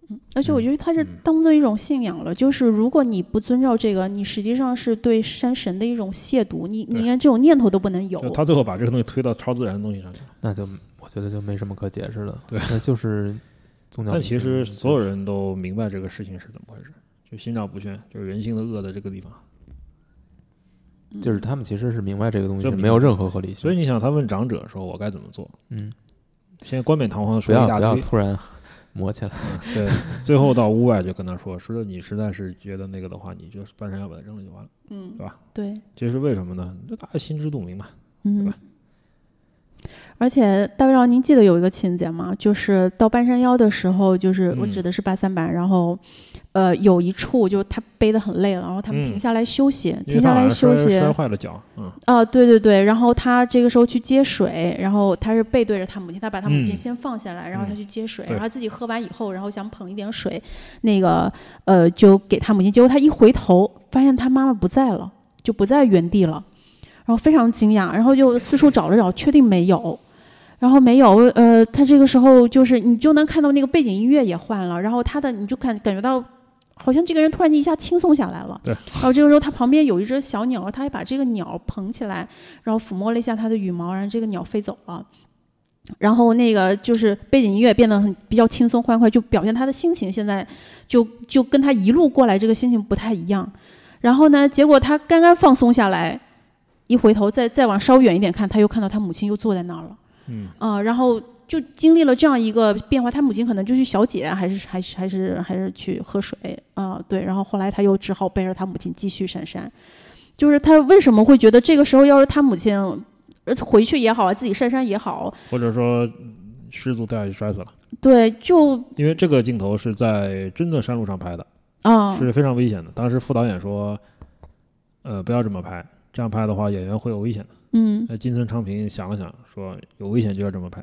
而且我觉得它是当做一种信仰了，就是如果你不遵照这个，你实际上是对山神的一种亵渎，你连这种念头都不能有。 他最后把这个东西推到超自然的东西上去， 那就我觉得就没什么可解释的。 对， 那就是宗教。 但其实所有人都明白这个事情是怎么回事，就心照不宣，就是人性的恶的这个地方。 就是他们其实是明白这个东西没有任何合理性， 所以你想，他问长者说：“我该怎么做？”现在冠冕堂皇的说一大堆， 不要突然磨起来。 对，最后到屋外就跟他说你实在是觉得那个的话，你就半山腰把它扔了就完了，对吧？ 对， 这是为什么呢？这大家心知肚明嘛，对吧？ 而且大卫老，您记得有一个情节吗？就是到半山腰的时候，就是我指的是838版，然后有一处就他背得很累了，然后他们停下来休息，停下来休息， 摔坏了脚， 对对对，然后他这个时候去接水，然后他是背对着他母亲，他把他母亲先放下来，然后他去接水，然后他自己喝完以后，然后想捧一点水，那个就给他母亲，结果他一回头发现他妈妈不在了，就不在原地了，然后非常惊讶，然后就四处找了找，确定没有。然后没有，他这个时候就是你就能看到那个背景音乐也换了，然后他的你就感觉到，好像这个人突然间一下轻松下来了。 对。 然后这个时候他旁边有一只小鸟，他还把这个鸟捧起来，然后抚摸了一下它的羽毛，然后这个鸟飞走了。然后那个就是背景音乐变得比较轻松欢快，就表现他的心情现在就跟他一路过来这个心情不太一样。然后呢，结果他刚刚放松下来，一回头再往稍远一点看，他又看到他母亲又坐在那儿了。然后就经历了这样一个变化，他母亲可能就去小解，还是去喝水对，然后后来他又只好背着他母亲继续上山。就是他为什么会觉得这个时候要是他母亲回去也好啊，自己上山也好， 或者说失足掉下去摔死了？ 对，就因为这个镜头是在真的山路上拍的是非常危险的。当时副导演说，不要这么拍，这样拍的话演员会有危险的。金村昌平想了想，说有危险就要这么拍。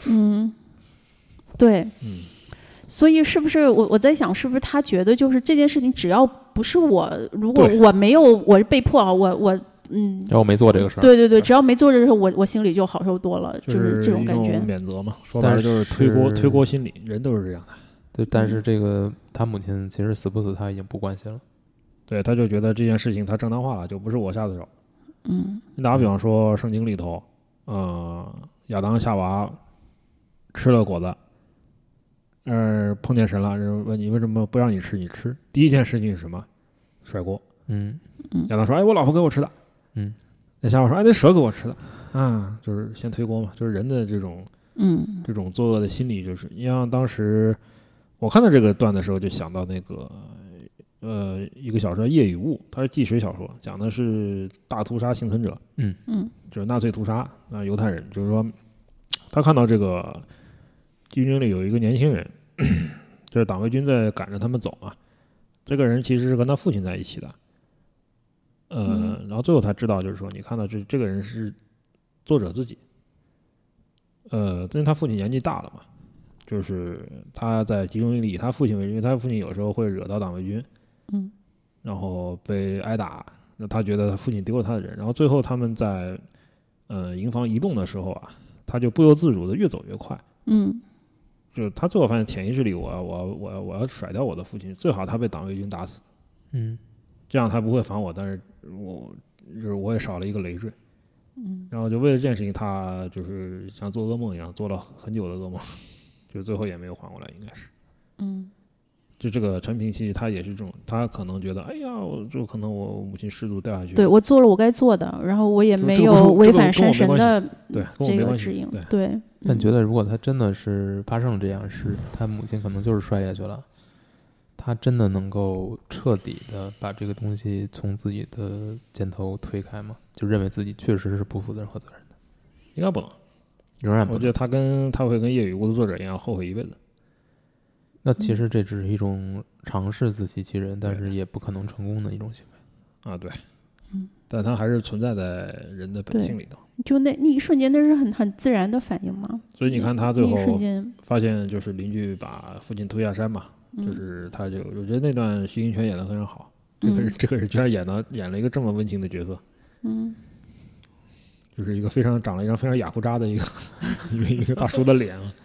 对，所以是不是我在想，是不是他觉得就是这件事情，只要不是我，如果我没有，我是被迫啊， 只要我没做这个事儿， 对对对，只要没做这个事儿，我心里就好受多了，就是这种感觉。 免责嘛，说白了就是推锅心理，人都是这样的。 对，但是这个他母亲其实死不死他已经不关心了。 对，他就觉得这件事情他正当化了，就不是我下的手。你打个比方说，圣经里头，亚当夏娃吃了果子，碰见神了，人问你为什么不让你吃，你吃。第一件事情是什么？甩锅。亚当说：“哎，我老婆给我吃的。”那夏娃说：“哎，那蛇给我吃的。”就是先推锅嘛，就是人的这种作恶的心理，就是你像当时我看到这个段的时候，就想到那个。一个小说《夜与雾》，它是纪实小说，讲的是大屠杀幸存者，就是纳粹屠杀犹太人，就是说他看到这个军营里有一个年轻人，就是党卫军在赶着他们走嘛，这个人其实是跟他父亲在一起的，然后最后才知道，就是说你看到这个人是作者自己，因为他父亲年纪大了嘛，就是他在集中营里以他父亲为因为他父亲有时候会惹到党卫军。然后被挨打，那他觉得他父亲丢了他的人，然后最后他们在营房移动的时候啊，他就不由自主的越走越快，就他最后发现潜意识里我要甩掉我的父亲，最好他被党卫军打死，这样他不会防我，但是我也少了一个累赘，然后就为了这件事情，他就是像做噩梦一样做了很久的噩梦，就最后也没有缓过来，应该是，就这个陈平其实他也是这种，他可能觉得，哎呀，就可能我母亲失足掉下去， 对我做了我该做的，然后我也没有违反山神的这个指引，对。 但觉得如果他真的是发生了这样事，他母亲可能就是摔下去了，他真的能够彻底的把这个东西从自己的肩头推开吗？就认为自己确实是不负任何责任的？ 应该不能， 仍然不能。 我觉得他会跟《夜与雾》的作者一样后悔一辈子。 那其实这只是一种尝试自欺欺人，但是也不可能成功的一种行为对，但它还是存在在人的本性里头。 就那一瞬间，那是很自然的反应嘛。 所以你看他最后发现，就是邻居把父亲推下山嘛，就是他就我觉得那段徐英权演得非常好，这个人居然演了一个这么温情的角色，就是一个长了一张非常雅库扎的一个大叔的脸啊。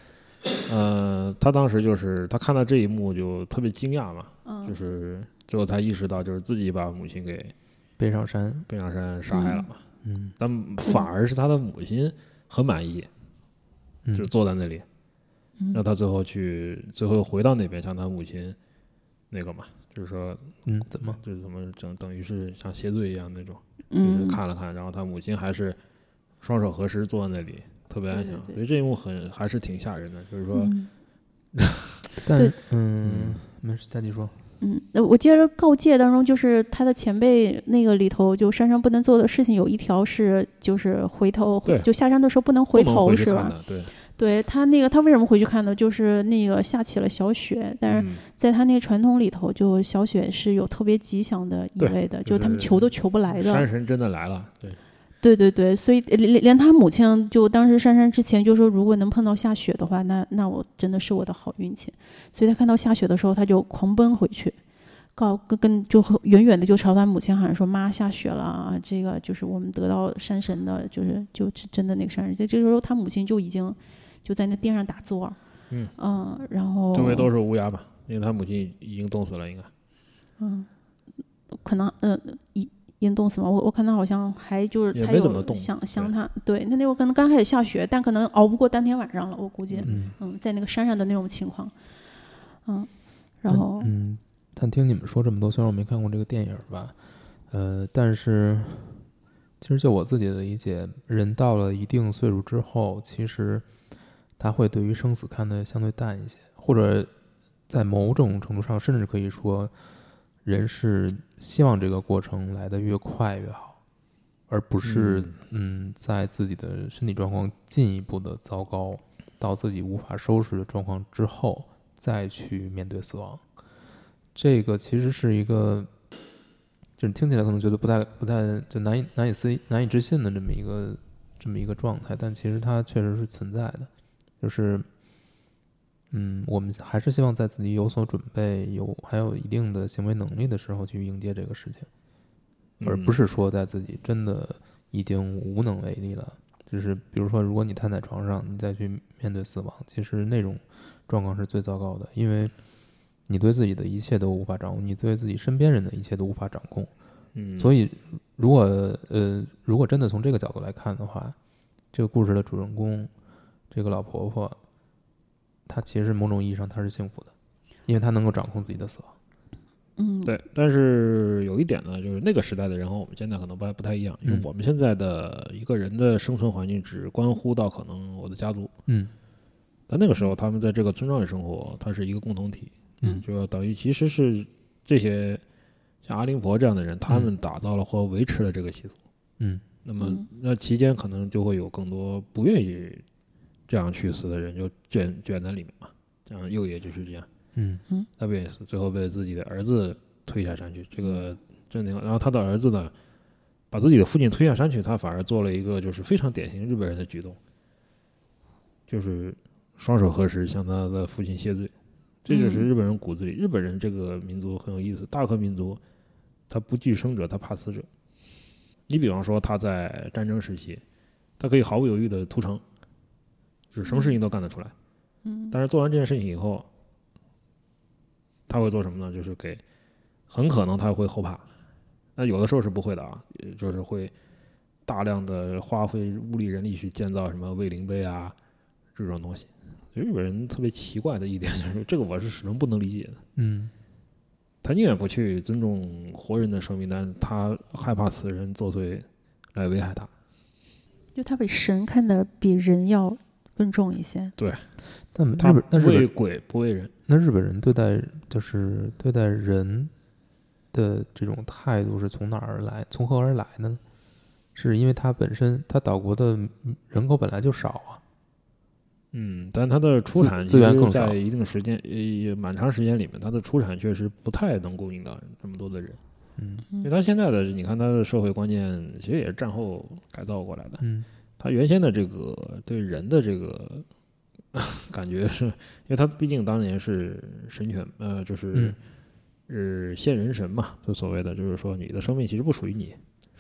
他当时就是他看到这一幕就特别惊讶嘛，就是最后才意识到就是自己把母亲给背上山杀害了嘛。但反而是他的母亲很满意，就坐在那里，让他最后回到那边向他母亲那个嘛，就是说怎么等于是像谢罪一样那种，就是看了看，然后他母亲还是双手合十坐在那里特别安详，所以这一幕还是挺吓人的，就是说但没事，再继续说。 我记得告诫当中，就是他的前辈那个里头，就山上不能做的事情有一条是，就是回头，就下山的时候不能回头，是吧？对他那个，他为什么回去看呢？就是那个下起了小雪，但是在他那个传统里头，就小雪是有特别吉祥的意味的，就他们求都求不来的。 山神真的来了， 对，所以连他母亲就当时上山之前就说，如果能碰到下雪的话，那我真的是我的好运气。所以他看到下雪的时候，他就狂奔回去，就远远的就朝他母亲喊说：“妈，下雪了啊！这个就是我们得到山神的，就真的那个山神。”这个时候他母亲就已经就在那地上打坐，然后周围都是乌鸦吧，因为他母亲已经冻死了，应该， 可能已经冻死了，我看他好像还就是他有想他，对，那会儿可能刚开始下雪，但可能熬不过当天晚上了，我估计，在那个山上的那种情况，然后但听你们说这么多，虽然我没看过这个电影吧，但是其实就我自己的理解，人到了一定岁数之后，其实他会对于生死看得相对淡一些，或者在某种程度上，甚至可以说，人是希望这个过程来得越快越好，而不是在自己的身体状况进一步的糟糕到自己無法收拾的状况之后，再去面对死亡。这个其实是一个，就是听起来可能觉得不太就难以置信的这么一个状态，但其实它确实是存在的。就是我们还是希望在自己有所准备还有一定的行为能力的时候去迎接这个事情，而不是说在自己真的已经无能为力了。就是比如说，如果你瘫在床上，你再去面对死亡，其实那种状况是最糟糕的，因为你对自己的一切都无法掌控，你对自己身边人的一切都无法掌控。所以如果真的从这个角度来看的话，这个故事的主人公这个老婆婆，她其实某种意义上她是幸福的，因为她能够掌控自己的死亡。 对。但是有一点呢，就是那个时代的人和我们现在可能不太一样，因为我们现在的一个人的生存环境只关乎到可能我的家族，但那个时候他们在这个村庄里生活，它是一个共同体，就等于其实是这些像阿灵婆这样的人，他们打造了或维持了这个习俗，那么那期间可能就会有更多不愿意这样去死的人就卷在里面嘛，这样右爷就是这样，他不愿意死，最后被自己的儿子推下山去，这个真的挺好。然后他的儿子呢，把自己的父亲推下山去，他反而做了一个就是非常典型日本人的举动，就是双手合十向他的父亲谢罪。这就是日本人骨子里，日本人这个民族很有意思，大和民族他不惧生者，他怕死者。你比方说他在战争时期，他可以毫不犹豫的屠城，就是什么事情都干得出来。但是做完这件事情以后，他会做什么呢？就是很可能他会后怕，那有的时候是不会的啊，就是会大量的花费物力人力去建造什么慰灵碑啊这种东西。日本人特别奇怪的一点就是，这个我是始终不能理解的。他宁愿不去尊重活人的生命，但是他害怕死人作祟来危害他， 就他比神看得比人要更重一些。 对， 但他为鬼不为人。 那日本人对待人的这种态度是从哪儿来？从何而来呢？是因为他本身他岛国的人口本来就少啊。 但它的出产资源更少， 在一定时间蛮长时间里面，它的出产确实不太能供应到这么多的人。因为它现在的你看它的社会观念其实也是战后改造过来的。它原先的这个对人的这个感觉是，因为它毕竟当年是神权，就是现人神嘛，就所谓的就是说你的生命其实不属于你，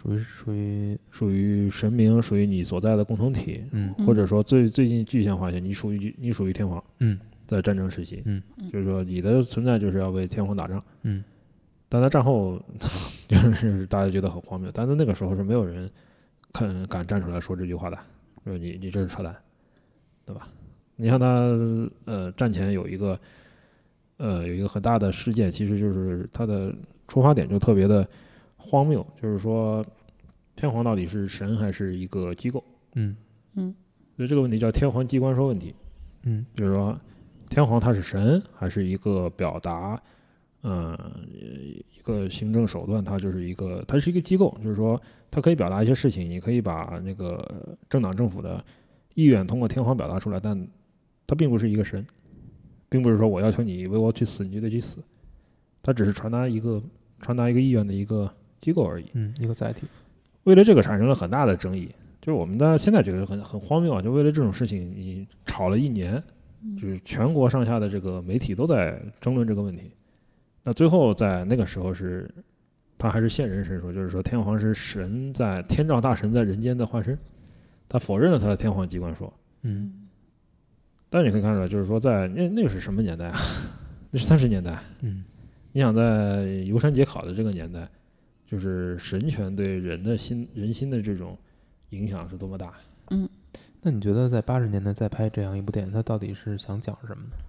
属于神明，属于你所在的共同体，或者说最近具象化一些，你属于天皇，在战争时期，就是说你的存在就是要为天皇打仗，但在战后就是大家觉得很荒谬，但在那个时候是没有人敢站出来说这句话的，说你这是扯淡，对吧？你像他战前有一个很大的事件，其实就是他的出发点就特别的荒谬，就是说天皇到底是神还是一个机构？所以这个问题叫天皇机关说问题。就是说天皇他是神还是一个表达一个行政手段，它是一个机构，就是说它可以表达一些事情，你可以把那个政党政府的意愿通过天皇表达出来，但它并不是一个神，并不是说我要求你为我去死你就得去死，它只是传达一个意愿的一个机构而已， 一个载体。 为了这个产生了很大的争议，就是我们现在觉得很荒谬啊！就为了这种事情，你吵了1年，就是全国上下的这个媒体都在争论这个问题。那最后在那个时候他还是现人神说，就是说天皇是神天照大神在人间的化身，他否认了他的天皇机关说。但你可以看出来，就是说在那个是什么年代啊？那是30年代。你想在游山解考的这个年代，就是神权对人心的这种影响是多么大。 那你觉得在80年代再拍这样一部电影，他到底是想讲什么呢？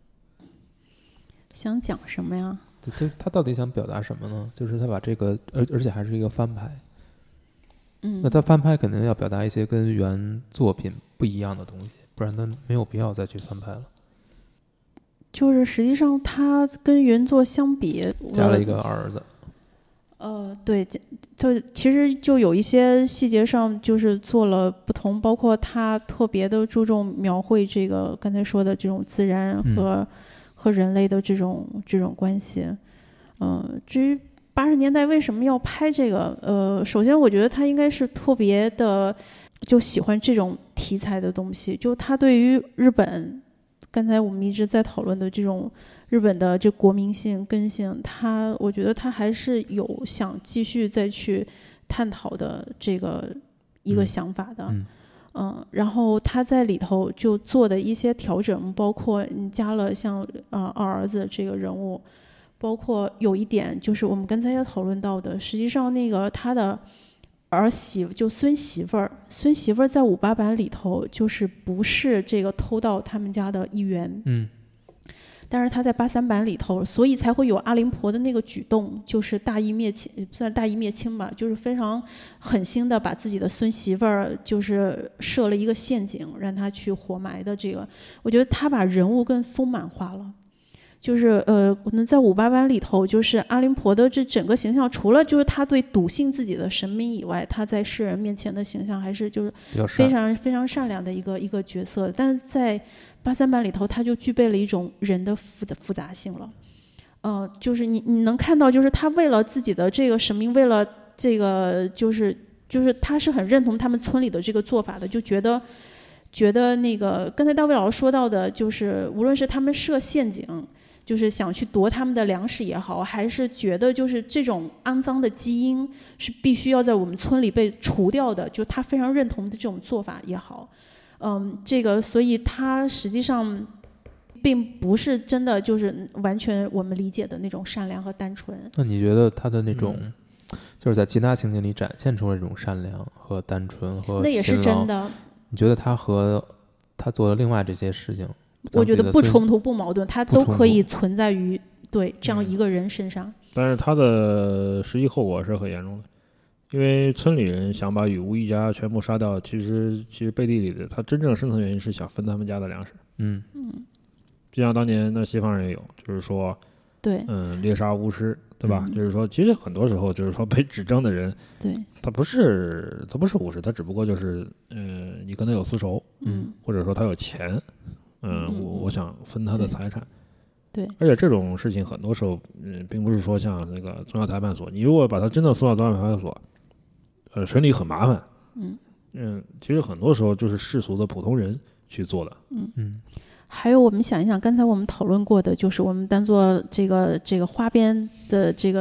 想讲什么呀？ 他到底想表达什么呢？就是他把这个，而且还是一个翻拍。那他翻拍肯定要表达一些跟原作品不一样的东西，不然他没有必要再去翻拍了。 就是实际上他跟原作相比， 加了一个儿子。 对，就其实就有一些细节上就是做了不同，包括他特别的注重描绘这个刚才说的这种自然和人类的这种关系。至于80年代为什么要拍这个，首先我觉得他应该是特别的就喜欢这种题材的东西，就他对于日本，刚才我们一直在讨论的这种日本的这国民性根性，我觉得他还是有想继续再去探讨的这个一个想法的。然后他在里头就做的一些调整，包括你加了像二儿子这个人物，包括有一点就是我们刚才也讨论到的，实际上那个他的儿媳就孙媳妇儿在58版里头就是不是这个偷盗他们家的一员，但是他在83版里头，所以才会有阿林婆的那个举动，就是大义灭亲，算是大义灭亲吧，就是非常狠心的把自己的孙媳妇儿就是设了一个陷阱，让他去活埋的这个，我觉得他把人物更丰满化了。就是可能在58版里头，就是阿林婆的这整个形象，除了就是他对笃信自己的神明以外，他在世人面前的形象还是就是非常非常善良的一个角色。但是在83版里头，他就具备了一种人的复杂性了。就是你能看到，就是他为了自己的这个神明，为了这个就是他是很认同他们村里的这个做法的，就觉得那个刚才大卫老师说到的，就是无论是他们设陷阱，就是想去夺他们的粮食也好，还是觉得就是这种肮脏的基因是必须要在我们村里被除掉的，就他非常认同的这种做法也好，这个所以他实际上并不是真的就是完全我们理解的那种善良和单纯。 那你觉得他的那种就是在其他情节里展现出了这种善良和单纯和那也是真的？ 你觉得他和他做的另外这些事情， 我觉得不冲突不矛盾，它都可以存在于对这样一个人身上。 但是他的实际后果是很严重的，因为村里人想把羽屋一家全部杀掉，其实背地里的他真正生存原因是想分他们家的粮食。就像当年那西方人也有，就是说对猎杀巫师，对吧？就是说其实很多时候就是说被指证的人， 对他不是巫师，他只不过就是你跟他有私仇，或者说他有钱，我想分他的财产。 对， 而且这种事情很多时候并不是说像那个宗教裁判所，你如果把它真的送到宗教裁判所，审理很麻烦。其实很多时候就是世俗的普通人去做的。 还有我们想一想，刚才我们讨论过的，就是我们当做这个花边的这个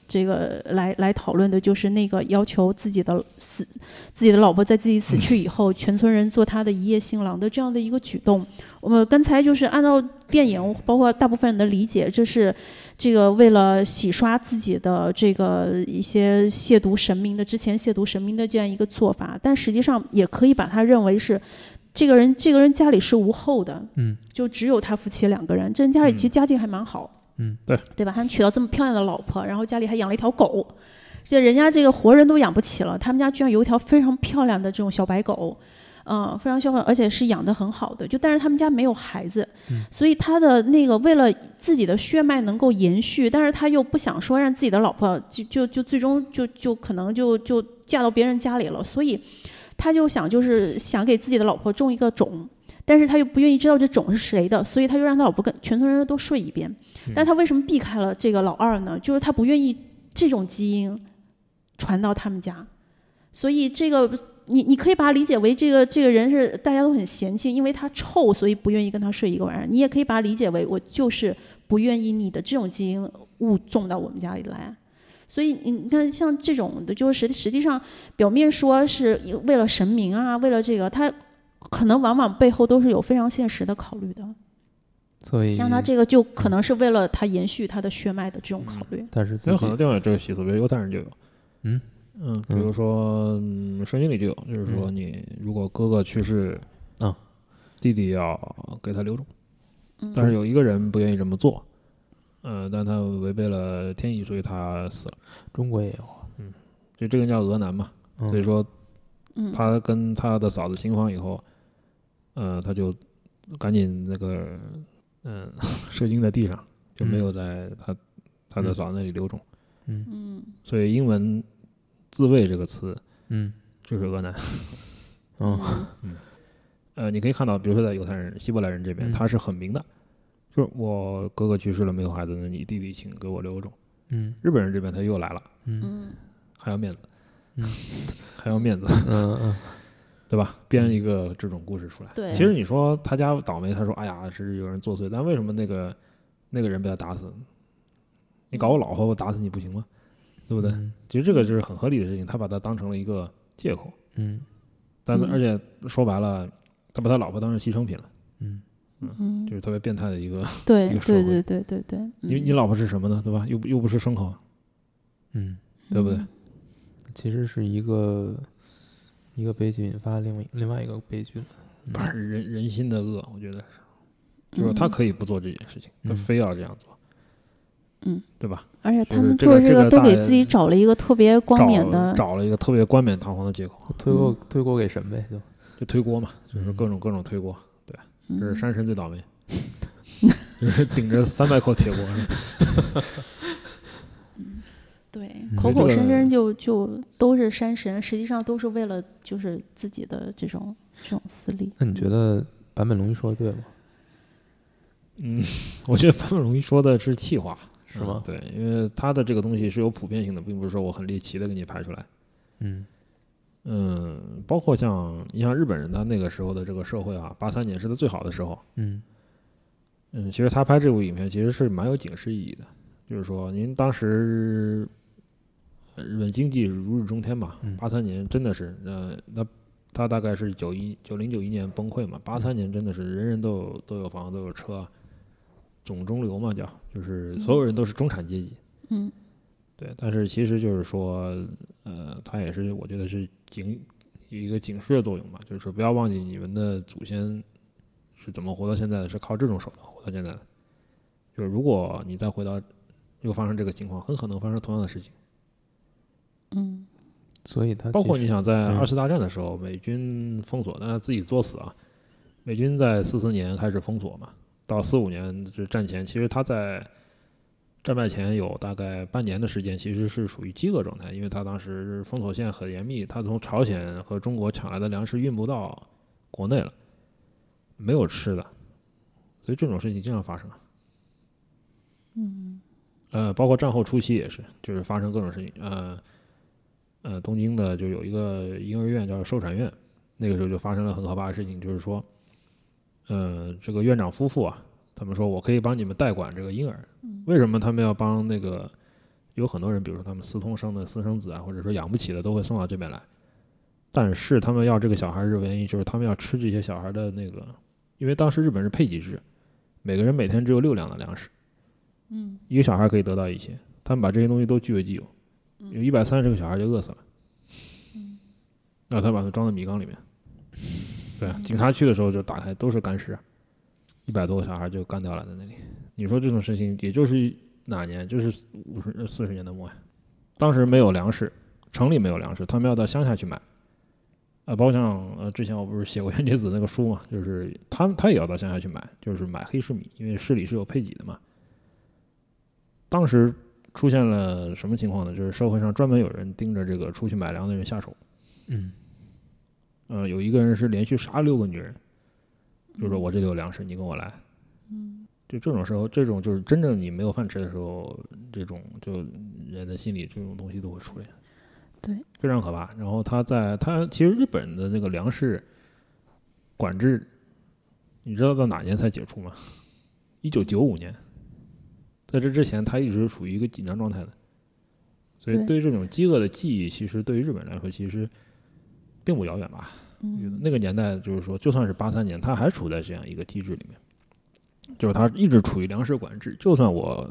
这个来讨论的，就是那个要求自己的老婆在自己死去以后，全村人做他的一夜新郎的这样的一个举动。我们刚才就是按照电影包括大部分人的理解，这是这个为了洗刷自己的这个一些亵渎神明的之前亵渎神明的这样一个做法，但实际上也可以把它认为是这个人家里是无后的，就只有他夫妻2个人，这人家里其实家境还蛮好，对吧？他娶到这么漂亮的老婆，然后家里还养了一条狗，这人家这个活人都养不起了，他们家居然有一条非常漂亮的这种小白狗，非常漂亮，而且是养得很好的，但是他们家没有孩子，所以他的那个为了自己的血脉能够延续，但是他又不想说让自己的老婆就最终就可能就嫁到别人家里了，所以他就想给自己的老婆种一个种。但是他又不愿意知道这种是谁的，所以他就让他老婆跟全村人都睡一遍。但他为什么避开了这个老二呢？就是他不愿意这种基因传到他们家，所以这个你可以把它理解为这个人是大家都很嫌弃，因为他臭，所以不愿意跟他睡一个晚上。你也可以把它理解为我就是不愿意你的这种基因物种到我们家里来。所以你看，像这种的，就是实际上表面说是为了神明啊，为了这个他。可能往往背后都是有非常现实的考虑的， 所以像他这个就可能是为了他延续他的血脉的这种考虑。 但是有很多地方有这个习俗，比如犹太人就有，比如说圣经里就有，就是说你如果哥哥去世，弟弟要给他留种，但是有一个人不愿意这么做，但他违背了天意，所以他死了。 中国也有， 就这个叫俄男嘛，所以说。他跟他的嫂子行房以后，他就赶紧那个射精在地上，就没有在他的嫂子那里留种。所以英文自卫这个词，就是俄男。你可以看到，比如说在犹太人、希伯来人这边，他是很明的，就是我哥哥去世了没有孩子，那你弟弟请给我留种。日本人这边他又来了，还要面子。还要面子，对吧？编一个这种故事出来。 对， 其实你说他家倒霉，他说哎呀是有人作祟，但为什么那个人被他打死？你搞我老婆，我打死你不行吗？对不对？其实这个就是很合理的事情，他把它当成了一个借口。但而且说白了，他把他老婆当成牺牲品了。就是特别变态的一个对一个社会。 对。 你老婆是什么呢？对吧？又不是牲口。对不对？ 其实是一个悲剧引发另外一个悲剧， 不是人心的恶，我觉得是，就是他可以不做这件事情，他非要这样做，对吧？ 而且他们做这个都给自己找了一个特别冠冕的， 找了一个特别冠冕堂皇的借口， 推锅给神呗， 就推锅嘛，就是各种推锅，对，这是山神最倒霉，就是顶着300口铁锅。 对，口口声声就都是山神，实际上都是为了就是自己的这种私利。 那你觉得坂本龙一说的对吗？ 我觉得坂本龙一说的是气话， 是吗？ 对，因为他的这个东西是有普遍性的，并不是说我很猎奇的给你拍出来。包括像日本人他那个时候的这个社会啊，83年是他最好的时候。其实他拍这部影片其实是蛮有警示意义的，就是说您当时。日本经济如日中天嘛，83年真的是，他大概是90-91年崩溃嘛，83年真的是人人都有房都有车，总中流嘛就是所有人都是中产阶级。对，但是其实就是说，他也是我觉得是一个警示的作用嘛，就是说不要忘记你们的祖先是怎么活到现在的，是靠这种手段活到现在的。就是如果你再回到又发生这个情况，很可能发生同样的事情。 所以他包括你想在2次大战的时候，美军封锁，但是自己作死啊。美军在44年开始封锁嘛，到45年这战前，其实他在战败前有大概半年的时间，其实是属于饥饿状态，因为他当时封锁线很严密，他从朝鲜和中国抢来的粮食运不到国内了，没有吃的，所以这种事情经常发生。包括战后初期也是，就是发生各种事情。东京的就有一个婴儿院叫寿产院，那个时候就发生了很可怕的事情，就是说，这个院长夫妇啊，他们说我可以帮你们代管这个婴儿，为什么他们要帮那个有很多人，比如说他们私通生的私生子啊，或者说养不起的，都会送到这边来。但是他们要这个小孩的原因，就是他们要吃这些小孩的那个，因为当时日本是配给制，每个人每天只有6两的粮食，一个小孩可以得到一些，他们把这些东西都据为己有，有130个小孩就饿死了，然后他把它装在米缸里面，对，警察去的时候就打开都是干尸，100多个小孩就干掉了在那里。你说这种事情，也就是哪年？就是40年的末呀。当时没有粮食，城里没有粮食，他们要到乡下去买。包括像之前我不是写过原节子那个书嘛，就是他也要到乡下去买，就是买黑市米，因为市里是有配给的嘛。当时出现了什么情况呢？就是社会上专门有人盯着这个出去买粮的人下手。有一个人是连续杀6个女人，就说我这里有粮食，你跟我来。就这种时候，这种就是真正你没有饭吃的时候，这种就人的心理这种东西都会出来， 对， 非常可怕。然后他其实日本的那个粮食管制，你知道到哪年才解除吗？1995年，在这之前他一直处于一个紧张状态的，所以对这种饥饿的记忆，其实对于日本来说，其实并不遥远吧。那个年代就是说，就算是83年，他还处在这样一个机制里面。就是他一直处于粮食管制，就算我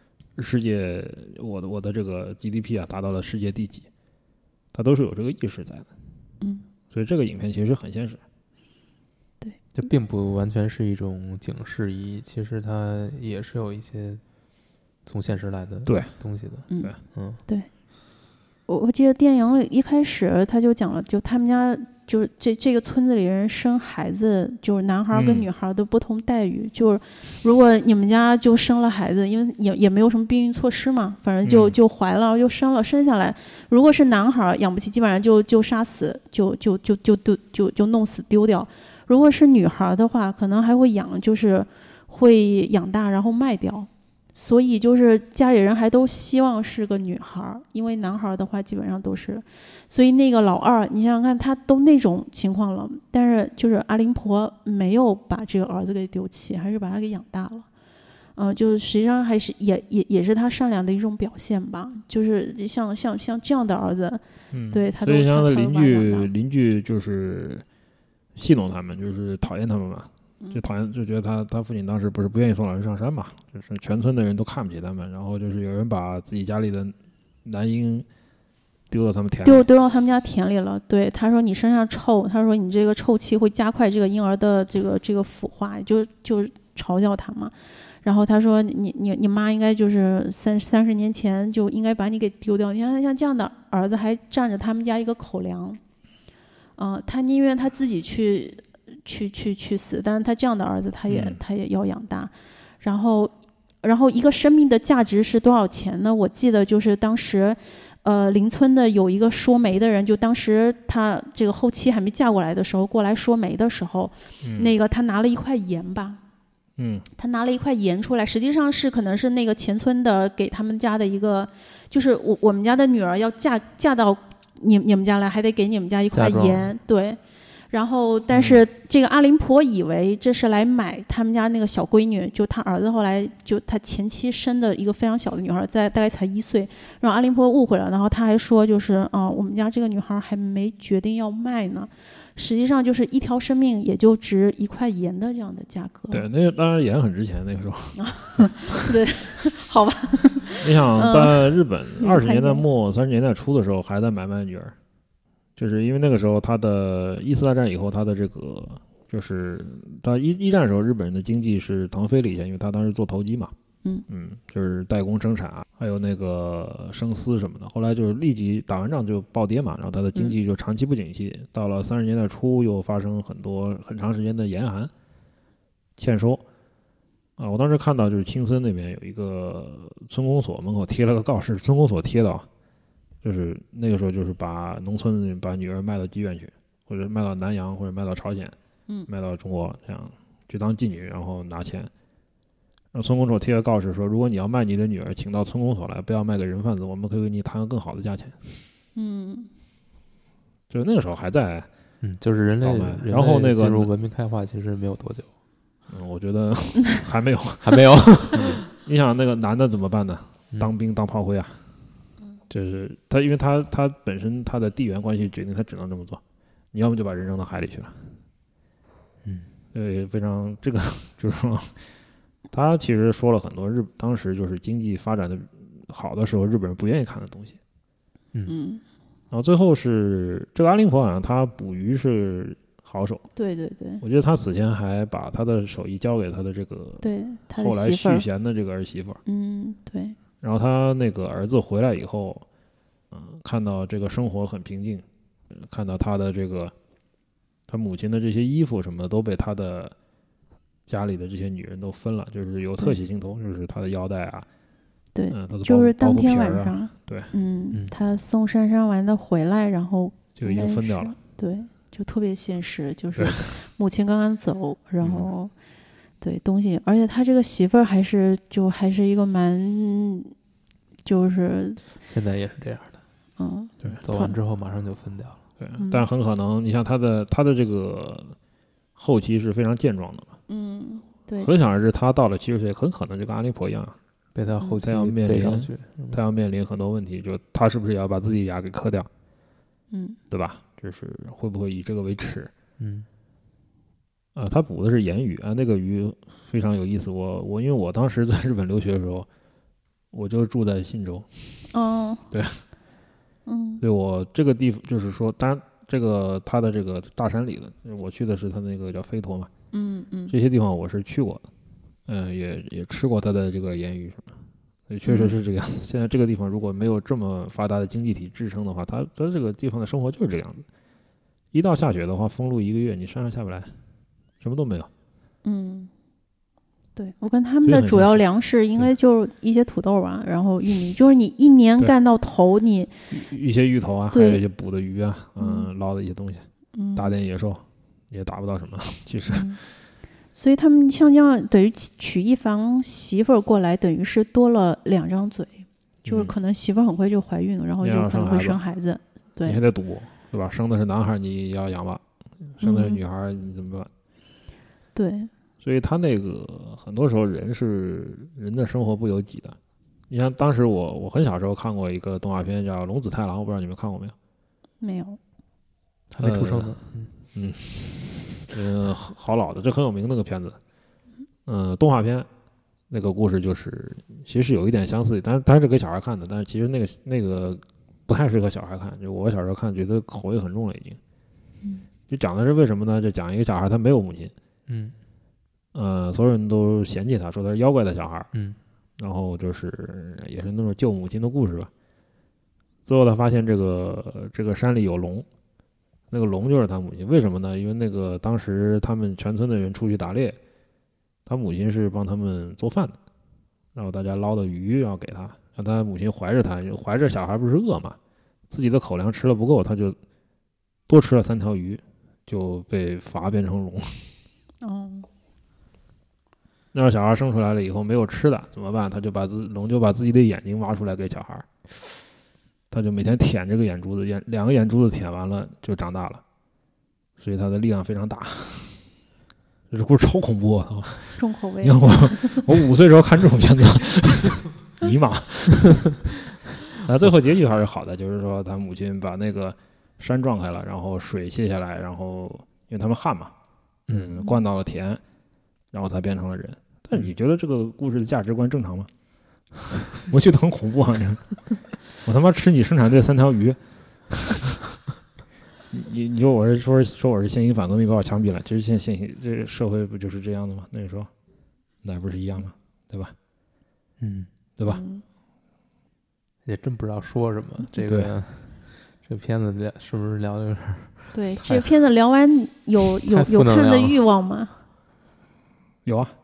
的这个 GDP 达到了世界第几，他都是有这个意识在的。所以这个影片其实很现实。 对， 这并不完全是一种警示意义，其实它也是有一些从现实来的东西的。 对。我记得电影里一开始他就讲了，就他们家就是这个村子里人生孩子，就是男孩跟女孩的不同待遇。就是如果你们家就生了孩子，因为也没有什么避孕措施嘛，反正就怀了就生下来，如果是男孩养不起，基本上就杀死，就弄死丢掉。如果是女孩的话，可能还会养，就是会养大然后卖掉。所以就是家里人还都希望是个女孩，因为男孩的话基本上都是。所以那个老二，你想想看，他都那种情况了，但是就是阿林婆没有把这个儿子给丢弃，还是把他给养大了。就是实际上还是也是他善良的一种表现吧。就是像这样的儿子，对他都。 所以像邻居就是戏弄他们，就是讨厌他们嘛。就觉得他父亲当时不愿意送老人上山嘛，就是全村的人都看不起他们，然后就是有人把自己家里的男婴丢到他们田里， 丢到他们家田里了。对，他说你身上臭，他说你这个臭气会加快这个婴儿的这个腐化，就嘲笑他嘛。然后他说你妈应该就是30年前就应该把你给丢掉。你看像这样的儿子还占着他们家一个口粮，他宁愿他自己去死，但是他这样的儿子他也要养大。然后一个生命的价值是多少钱呢？我记得就是当时邻村的有一个说媒的人，就当时他这个后妻还没嫁过来的时候过来说媒的时候，那个他拿了一块盐吧，他拿了一块盐出来，实际上是可能是那个前村的给他们家的一个，就是我们家的女儿要嫁到你们家来，还得给你们家一块盐，对。然后但是这个阿林婆以为这是来买他们家那个小闺女，就他儿子后来就他前妻生的一个非常小的女孩，大概才1岁，然后阿林婆误会了，然后他还说就是我们家这个女孩还没决定要卖呢，实际上就是一条生命也就值1块盐的这样的价格。 对，那个当然盐很值钱那个时候。 对，好吧。 你想在日本20年代末30年代初的时候还在买卖女儿，就是因为那个时候他的一次大战以后，他的这个就是他一战的时候，日本人的经济是腾飞了一下，因为他当时做投机嘛，就是代工生产啊，还有那个生丝什么的。后来就是立即打完仗就暴跌嘛，然后他的经济就长期不景气。到了30年代初，又发生很长时间的严寒、欠收啊。我当时看到就是青森那边有一个村公所门口贴了个告示，村公所贴的就是那个时候就是把农村把女儿卖到妓院去，或者卖到南洋，或者卖到朝鲜，卖到中国，这样去当妓女，然后拿钱。让村公所贴个告示说，如果你要卖你的女儿，请到村公所来，不要卖给人贩子，我们可以给你谈个更好的价钱。就那个时候还在， 就是人类然后那个进入文明开化其实没有多久。 我觉得还没有， 还没有。 你想那个男的怎么办呢？当兵当炮灰啊。 就是他，因为他本身他的地缘关系决定他只能这么做，你要么就把人扔到海里去了。对，非常这个就是说，他其实说了很多当时就是经济发展的好的时候，日本人不愿意看的东西。然后最后是这个阿林婆好像他捕鱼是好手， 对对对， 我觉得他死前还把他的手艺交给他的这个他的后来续弦的这个儿媳妇。 对。 然后他那个儿子回来以后，看到这个生活很平静，看到他的这个他母亲的这些衣服什么的都被他的家里的这些女人都分了，就是有特写镜头，就是他的腰带啊， 对， 他的就是当天晚上， 对， 他送珊珊完的回来，然后就已经分掉了， 对，就特别现实，就是母亲刚刚走，然后对东西，而且他这个媳妇儿还是一个蛮，就是现在也是这样的， 对， 走完之后马上就分掉了。 对，但很可能你像他的这个后期是非常健壮的嘛， 对， 可想而知，他到了70岁，很可能就跟阿林婆一样， 被他后期背上去， 他要面临很多问题，就他是不是也要把自己牙给磕掉，对吧？就是会不会以这个为耻？他捕的是盐鱼啊，那个鱼非常有意思。我因为我当时在日本留学的时候，我就住在信州，对。对，我这个地方就是说，当然这个他的这个大山里的，我去的是他那个叫飞驼嘛，这些地方我是去过的，也吃过他的这个盐鱼什么，所以确实是这个样子。现在这个地方如果没有这么发达的经济体支撑的话，他这个地方的生活就是这个样子。一到下雪的话，封路1个月，你山上下不来，什么都没有。 对，我看他们的主要粮食应该就是一些土豆吧，然后玉米，就是你一年干到头，你一些芋头啊，还有一些捕的鱼啊，捞的一些东西，打点野兽也打不到什么，其实。 所以他们像这样，等于娶一房媳妇儿过来，等于是多了2张嘴，就是可能媳妇儿很快就怀孕，然后就可能会生孩子。对， 你还得赌，对吧？生的是男孩你要养吧，生的是女孩你怎么办？ 对。 所以他那个很多时候人的生活不由己的。你像当时我很小时候看过一个动画片叫《龙子太郎》，我不知道你们看过没有？ 没有， 还没出生呢。好老的，这很有名那个片子。动画片那个故事就是其实有一点相似，但是给小孩看的，但是其实那个不太适合小孩看，就我小时候看觉得口味很重了已经。就讲的是为什么呢？就讲一个小孩他没有母亲。所有人都嫌弃他，说他是妖怪的小孩。然后就是也是那种救母亲的故事吧。最后他发现这个山里有龙，那个龙就是他母亲。为什么呢？因为那个当时他们全村的人出去打猎，他母亲是帮他们做饭的，然后大家捞的鱼要给他，让他母亲怀着小孩不是饿嘛，自己的口粮吃了不够，他就多吃了3条鱼，就被罚变成龙。那小孩生出来了以后没有吃的怎么办？龙就把自己的眼睛挖出来给小孩，他就每天舔这个眼珠子，2个眼珠子舔完了就长大了，所以他的力量非常大。这故事超恐怖啊！ 重口味。 你看我5岁时候看这种片子，尼玛。最后结局还是好的，就是说他母亲把那个山撞开了，然后水泄下来，然后因为他们旱嘛，灌到了田，然后才变成了人。但你觉得这个故事的价值观正常吗？我觉得很恐怖啊！我他妈吃你生产队3条鱼，你说我是现行反革命把我枪毙了，其实现行这个社会不就是这样的吗？那个时候那不是一样吗？对吧？对吧？ 也真不知道说什么。这片子是不是聊的有点？ 对，这片子聊完有看的欲望吗？ 有啊。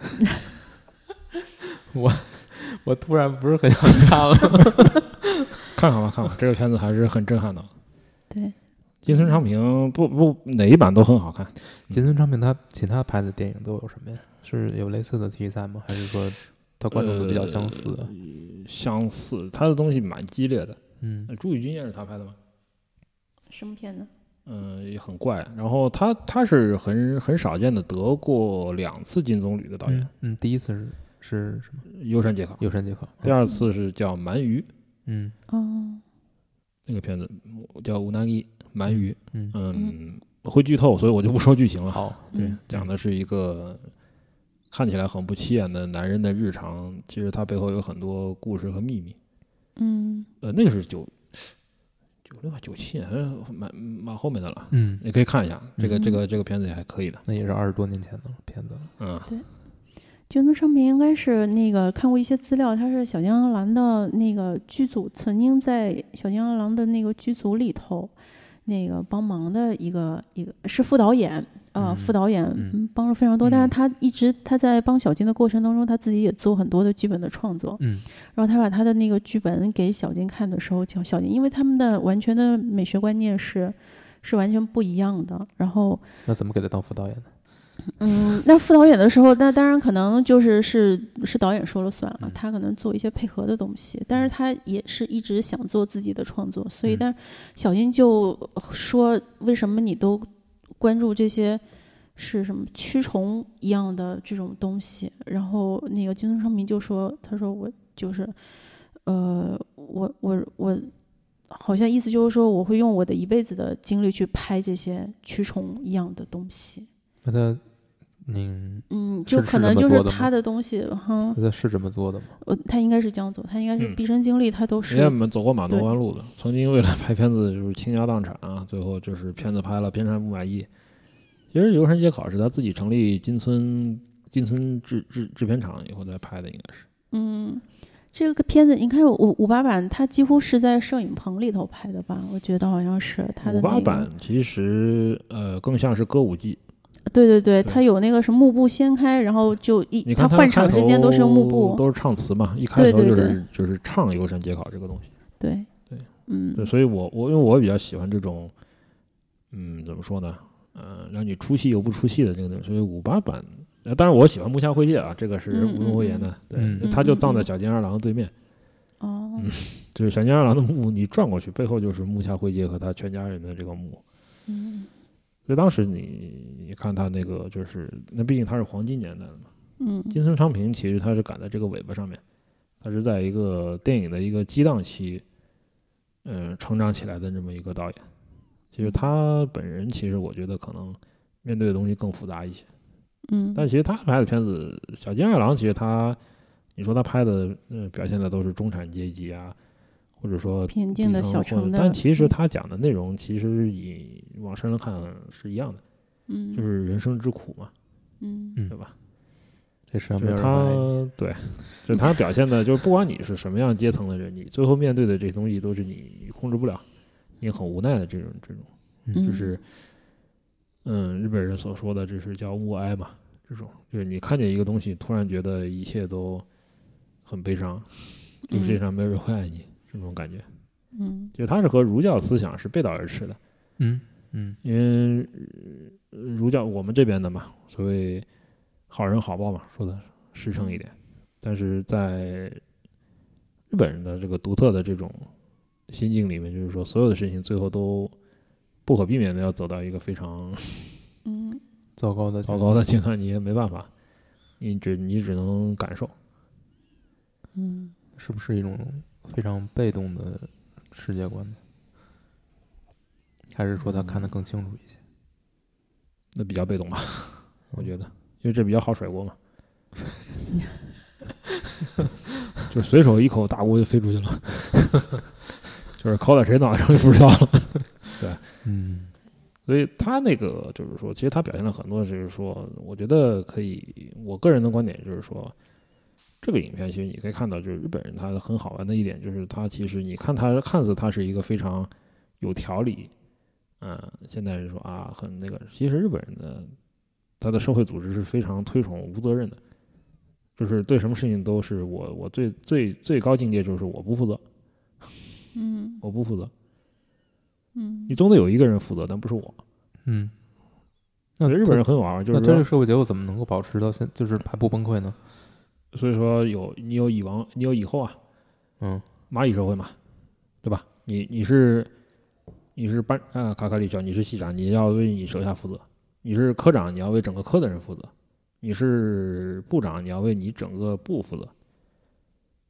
我突然不是很想看了。 看吧，这个片子还是很震撼的。 对， 金村昌平不哪一版都很好看。 金村昌平他其他拍的电影都有什么呀？是有类似的题材吗？还是说他观众都比较相似？ 相似，他的东西蛮激烈的。朱宇军也是他拍的吗？ 什么片子？ 也很怪。然后他是很少见的得过2次金棕榈的导演。 第一次是什么？ 优山杰考。 优山杰考。 第2次是叫鳗鱼。 那个片子叫《乌南伊鳗鱼》，会剧透，所以我就不说剧情了。 好， 对，讲的是一个看起来很不起眼的男人的日常，其实他背后有很多故事和秘密。那个是96还97年，还是蛮后面的了。你可以看一下，这个片子也还可以的。 那也是20多年前的片子了。对，就那上面应该是那个看过一些资料，他是小金刚狼的那个剧组，曾经在小金刚狼的那个剧组里头，那个帮忙的一个是副导演。副导演帮了非常多，但是他在帮小金的过程当中，他自己也做很多的剧本的创作。然后他把他的那个剧本给小金看的时候，小金因为他们的完全的美学观念是完全不一样的。然后那怎么给他当副导演呢？ 那副导演的时候，那当然可能是导演说了算了，他可能做一些配合的东西，但是他也是一直想做自己的创作，所以但是小金就说，为什么你都关注这些是什么蛆虫一样的这种东西？然后那个金村昌平就说，他说我就是我好像意思就是说，我会用我的一辈子的精力去拍这些蛆虫一样的东西。 那他就可能就是他的东西他是这么做的吗？ 他应该是这样做，他应该是毕生精力他都是。 我们走过马东湾路的，曾经为了拍片子就是倾家荡产啊，最后就是片子拍了，片场不满意。其实游山街考是他自己成立金村制片厂以后再拍的，应该是。 这个片子你看58版，它几乎是在摄影棚里头拍的吧？我觉得好像是他的。 58版其实更像是歌舞伎。 对，他有那个什么幕布掀开，然后他换场之间都是用幕布， 都是唱词嘛。一开头就是唱游山街考这个东西。 对， 对，所以我因为我比较喜欢这种，怎么说呢？让你出戏又不出戏的这个东西。所以58版，当然我喜欢木下惠介啊，这个是毋庸讳言的。对，他就葬在小金二郎对面。就是小金二郎的墓，你转过去，背后就是木下惠介和他全家人的这个墓。所以当时你看他那个就是那毕竟他是黄金年代的嘛，金村昌平其实他是赶在这个尾巴上面，他是在一个电影的一个激荡期，成长起来的这么一个导演。其实他本人其实我觉得可能面对的东西更复杂一些，但其实他拍的片子小金二郎其实你说他拍的表现的都是中产阶级啊。或者说平静的小城的， 但其实他讲的内容其实以往深了看是一样的，就是人生之苦嘛，对吧？ 这是对，就是他表现的，就是不管你是什么样阶层的人，你最后面对的这些东西都是你控制不了，你很无奈的这种，就是日本人所说的这是叫物哀嘛，这种就是你看见一个东西，突然觉得一切都很悲伤，就世界上没有人会爱你。这种感觉，就它是和儒教思想是背道而驰的，因为儒教我们这边的嘛，所谓好人好报嘛，说的实诚一点，但是在日本人的这个独特的这种心境里面，就是说所有的事情最后都不可避免的要走到一个非常糟糕的情况，你也没办法，你只能感受， 是不是一种非常被动的世界观呢？还是说他看得更清楚一些？ 那比较被动吧，我觉得，因为这比较好甩锅嘛，就随手一口大锅就飞出去了，就是烤在谁脑袋上就不知道了。对，所以他那个就是说，其实他表现了很多，就是说，我觉得可以，我个人的观点就是说。这个影片其实你可以看到，就是日本人他很好玩的一点，就是他其实你看他看似他是一个非常有条理，现在人说啊很那个，其实日本人的他的社会组织是非常推崇无责任的，就是对什么事情都是我最高境界就是我不负责，我不负责，你总得有一个人负责，但不是我，那日本人很好玩，就是那这个社会结构怎么能够保持到就是还不崩溃呢？ 所以说你有以后啊，蚂蚁社会嘛，对吧？你是卡卡里角，你是系长，你要为你手下负责；你是科长，你要为整个科的人负责；你是部长，你要为你整个部负责。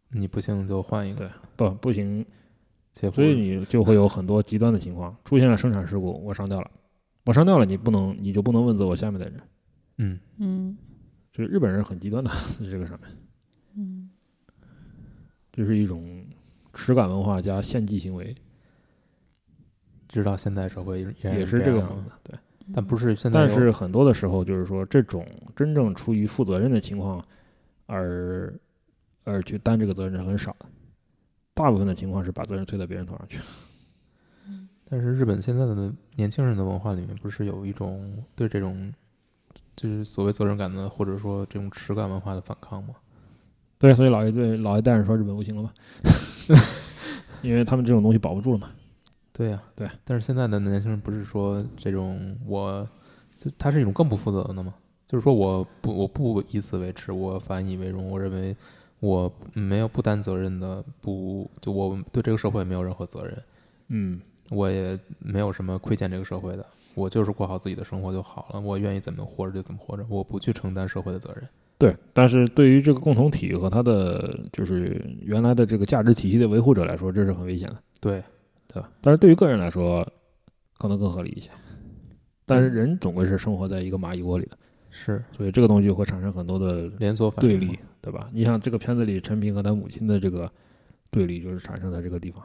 你不行就换一个。 对，不行，所以你就会有很多极端的情况出现了。生产事故，我上吊了，你就不能问责我下面的人。所以日本人很极端的在这个上面。就是一种耻感文化加献祭行为， 直到现在社会也是这个样子的。对， 但不是现在。 但是很多的时候，就是说这种真正出于负责任的情况而去担这个责任是很少的，大部分的情况是把责任推到别人头上去。 但是日本现在的年轻人的文化里面，不是有一种对这种就是所谓责任感的，或者说这种耻感文化的反抗吗？ 对，所以老一代人说日本不行了嘛，因为他们这种东西保不住了嘛。 对呀， 对。 但是现在的年轻人不是说这种他是一种更不负责的嘛？就是说我不以此为耻，我反以为荣。我认为我没有不担责任的，就我对这个社会没有任何责任。我也没有什么亏欠这个社会的，我就是过好自己的生活就好了。我愿意怎么活着就怎么活着，我不去承担社会的责任。 对，但是对于这个共同体和它的就是原来的这个价值体系的维护者来说，这是很危险的。 对吧？但是对于个人来说，可能更合理一些。但是人总归是生活在一个蚂蚁窝里的， 是， 所以这个东西会产生很多的连锁反应对立，对吧？你像这个片子里陈平和他母亲的这个对立，就是产生在这个地方。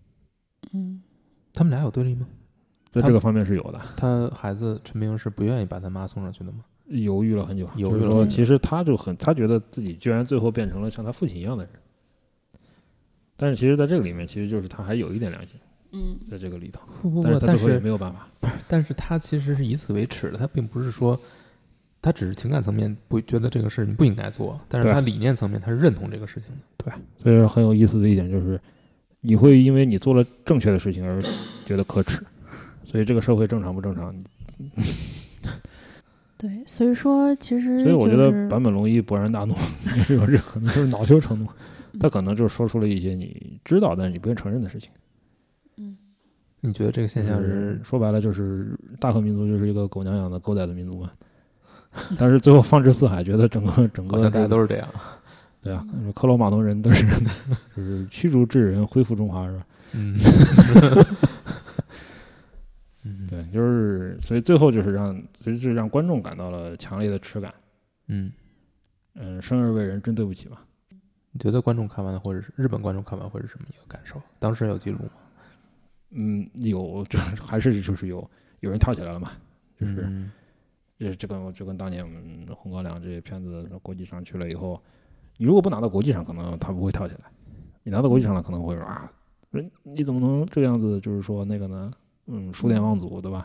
他们俩有对立吗？ 在这个方面是有的。 他孩子陈平是不愿意把他妈送上去的吗？ 犹豫了很久，就是说，其实他觉得自己居然最后变成了像他父亲一样的人，但是其实在这个里面，其实就是他还有一点良心，在这个里头，但是他最后也没有办法。 但是他其实是以此为耻的，他并不是说，他只是情感层面不觉得这个事情不应该做，但是他理念层面他是认同这个事情的。 对，所以很有意思的一点就是，你会因为你做了正确的事情而觉得可耻，所以这个社会正常不正常？ 对，所以说其实、 所以我觉得坂本龙一勃然大怒也是有这可能就是恼羞成怒，他可能就说出了一些你知道但是你不愿承认的事情。 你觉得这个现象是说白了就是大和民族就是一个狗娘养的狗仔的民族嘛？但是最后放之四海，觉得整个好像大家都是这样。 对啊，克罗马农人都是就是驱逐智人，恢复中华，是吧？对，就是所以最后就是让观众感到了强烈的耻感。生而为人真对不起吧？ 你觉得观众看完或者是日本观众看完会是什么一个感受？当时有记录吗？ 有，就是还是就是有人跳起来了嘛，就是就跟当年我们红高粱这些片子国际上去了以后，你如果不拿到国际上，可能他不会跳起来；你拿到国际上了，可能会说啊，你怎么能这个样子？就是说那个呢，书典望族，对吧？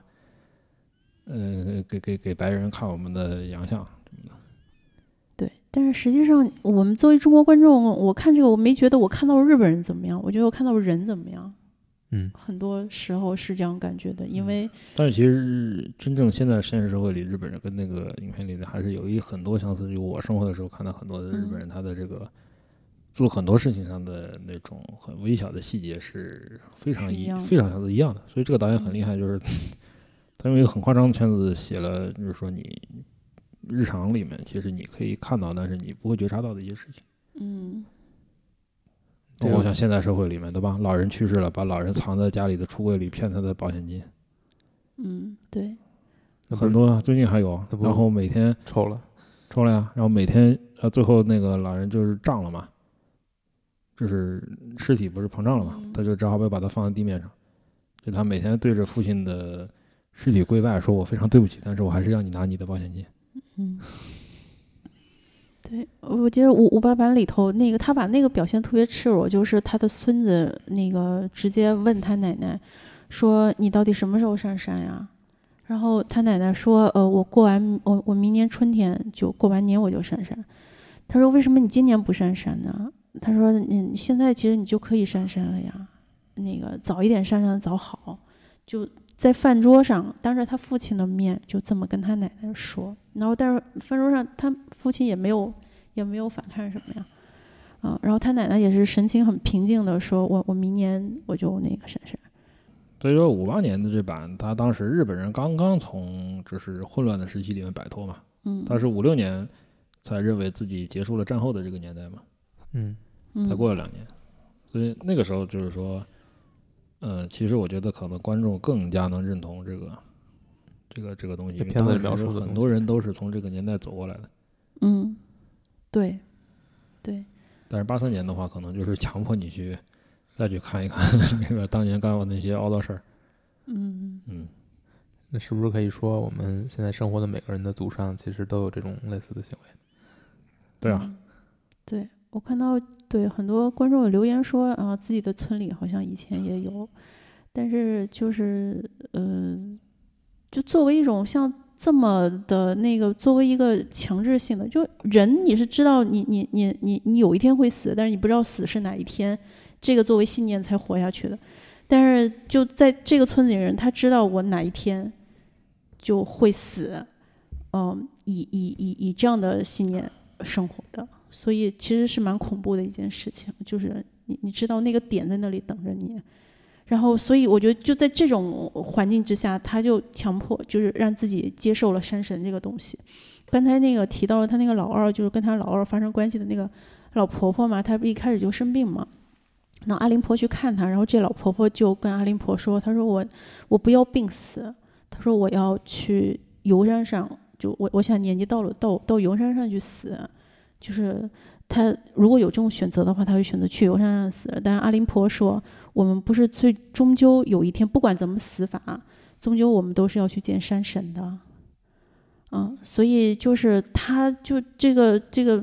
给白人看我们的洋相什么的。 对，但是实际上我们作为中国观众，我看这个我没觉得我看到日本人怎么样，我觉得我看到人怎么样。很多时候是这样感觉的，因为但是其实真正现在现实社会里，日本人跟那个影片里的还是有很多相似。就我生活的时候看到很多的日本人，他的这个做很多事情上的那种很微小的细节是非常相似一样的。所以这个导演很厉害，就是他用一个很夸张的片子写了，就是说你日常里面其实你可以看到，但是你不会觉察到的一些事情。包括像现在社会里面，对吧？老人去世了，把老人藏在家里的橱柜里骗他的保险金。 对， 很多最近还有，然后每天抽了呀，然后每天最后那个老人就是胀了嘛，就是尸体不是膨胀了嘛，他就只好把他放在地面上，就他每天对着父亲的尸体跪拜，说我非常对不起，但是我还是要你拿你的保险金。 对，我觉得五八版里头那个他把那个表现特别赤裸，就是他的孙子那个直接问他奶奶说你到底什么时候上山呀？然后他奶奶说我明年春天就过完年我就上山。他说为什么你今年不上山呢？他说你现在其实你就可以上山了呀，那个早一点上山早好。就在饭桌上当着他父亲的面就这么跟他奶奶说，然后但是饭桌上他父亲也没有反抗什么呀，然后他奶奶也是神情很平静的说我明年我就那个上山。 所以说58年的这版，他当时日本人刚刚从就是混乱的时期里面摆脱嘛，他是56年才认为自己结束了战后的这个年代嘛， 才过了2年，所以那个时候就是说，其实我觉得可能观众更加能认同这个东西，因为片子描述的很多人都是从这个年代走过来的。 对。 但是83年的话，可能就是强迫你再去看一看这个当年干过那些凹糟事儿。 那是不是可以说，我们现在生活的每个人的祖上其实都有这种类似的行为？ 对啊， 对，我看到很多观众留言说啊，自己的村里好像以前也有，但是就是就作为一种像这么的那个，作为一个强制性的，就人你是知道你有一天会死，但是你不知道死是哪一天，这个作为信念才活下去的。但是就在这个村子里人，他知道我哪一天就会死，以这样的信念生活的，所以其实是蛮恐怖的一件事情，就是你知道那个点在那里等着你。然后所以我觉得就在这种环境之下，他就强迫就是让自己接受了山神这个东西。刚才那个提到了他那个老二，就是跟他老二发生关系的那个老婆婆嘛，她一开始就生病嘛，然后阿林婆去看她，然后这老婆婆就跟阿林婆说，她说我不要病死，她说我要去游山上，就我想年纪到了到游山上去死，就是他如果有这种选择的话，他会选择去游山上死。但是阿林婆说，我们不是终究有一天，不管怎么死法，终究我们都是要去见山神的。所以就是他就这个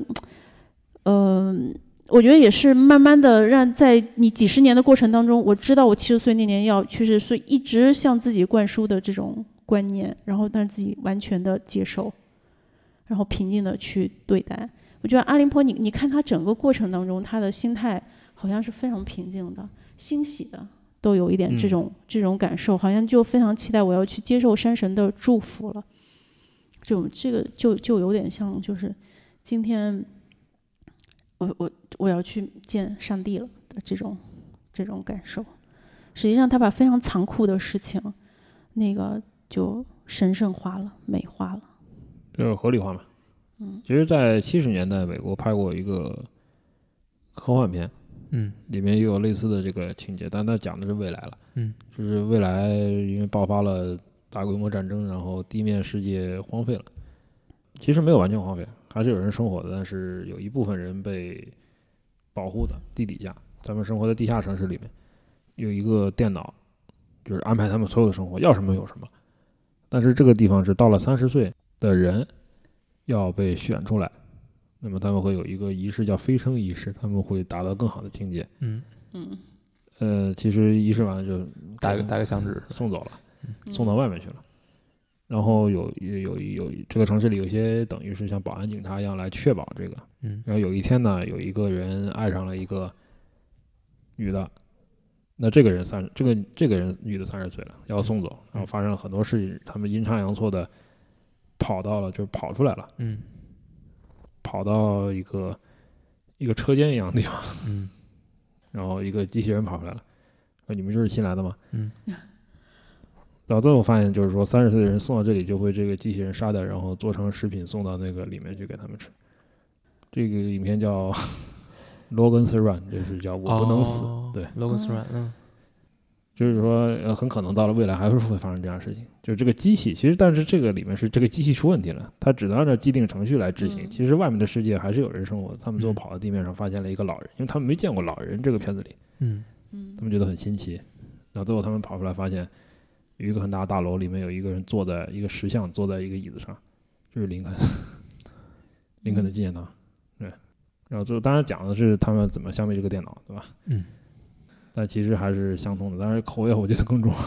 我觉得也是慢慢的让在你几十年的过程当中，我知道我70岁那年要去世，所以一直向自己灌输的这种观念，然后让自己完全的接受，然后平静的去对待。我觉得阿林婆你看他整个过程当中，他的心态好像是非常平静的，欣喜的，都有一点这种感受，好像就非常期待我要去接受山神的祝福了。这个就有点像就是今天我要去见上帝了的这种感受。实际上他把非常残酷的事情那个就神圣化了，美化了， 就是合理化嘛。其实在70年代美国拍过一个科幻片，里面也有类似的这个情节，但它讲的是未来了，就是未来因为爆发了大规模战争，然后地面世界荒废了，其实没有完全荒废，还是有人生活的，但是有一部分人被保护的地底下，他们生活在地下城市里面，有一个电脑就是安排他们所有的生活，要什么有什么。但是这个地方是到了30岁的人要被选出来，那么他们会有一个仪式叫飞升仪式，他们会达到更好的境界。其实仪式完了就打个响指送走了，送到外面去了。然后有这个城市里有些等于是像保安警察一样来确保这个。然后有一天呢，有一个人爱上了一个女的，那这个人女的30岁了，要送走，然后发生了很多事情，他们阴差阳错的跑出来了，跑到一个车间一样的地方，然后一个机器人跑出来了，说你们就是新来的吗？到最后发现就是说30岁的人送到这里就会这个机器人杀掉，然后做成食品送到那个里面去给他们吃。这个影片叫Logan's Run， 就是叫我不能死。对 ，Logan's Run， 就是说很可能到了未来还是会发生这样的事情。就是这个机器，其实但是这个里面是这个机器出问题了，它只能按照既定程序来执行。其实外面的世界还是有人生活的。他们最后跑到地面上发现了一个老人，因为他们没见过老人这个片子里，他们觉得很新奇。然后最后他们跑出来发现，有一个很大的大楼，里面有一个人坐在一个石像，坐在一个椅子上，就是林肯的纪念堂。对，然后就当然讲的是他们怎么消灭这个电脑，对吧？但其实还是相通的，但是口味我觉得更重。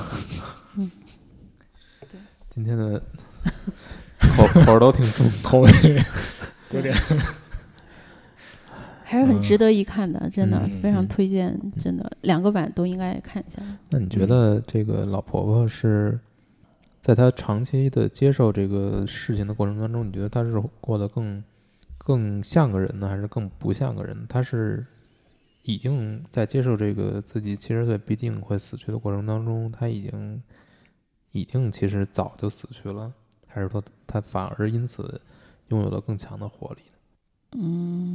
对， 今天的口都挺重， 口味有点， 还是很值得一看的，真的非常推荐，真的2个版都应该看一下。 那你觉得这个老婆婆是在她长期的接受这个事情的过程当中，你觉得她是过得更像个人呢，还是更不像个人？她是已经在接受这个自己70岁必定会死去的过程当中，她已经其实早就死去了，还是说她反而因此拥有了更强的活力？ 我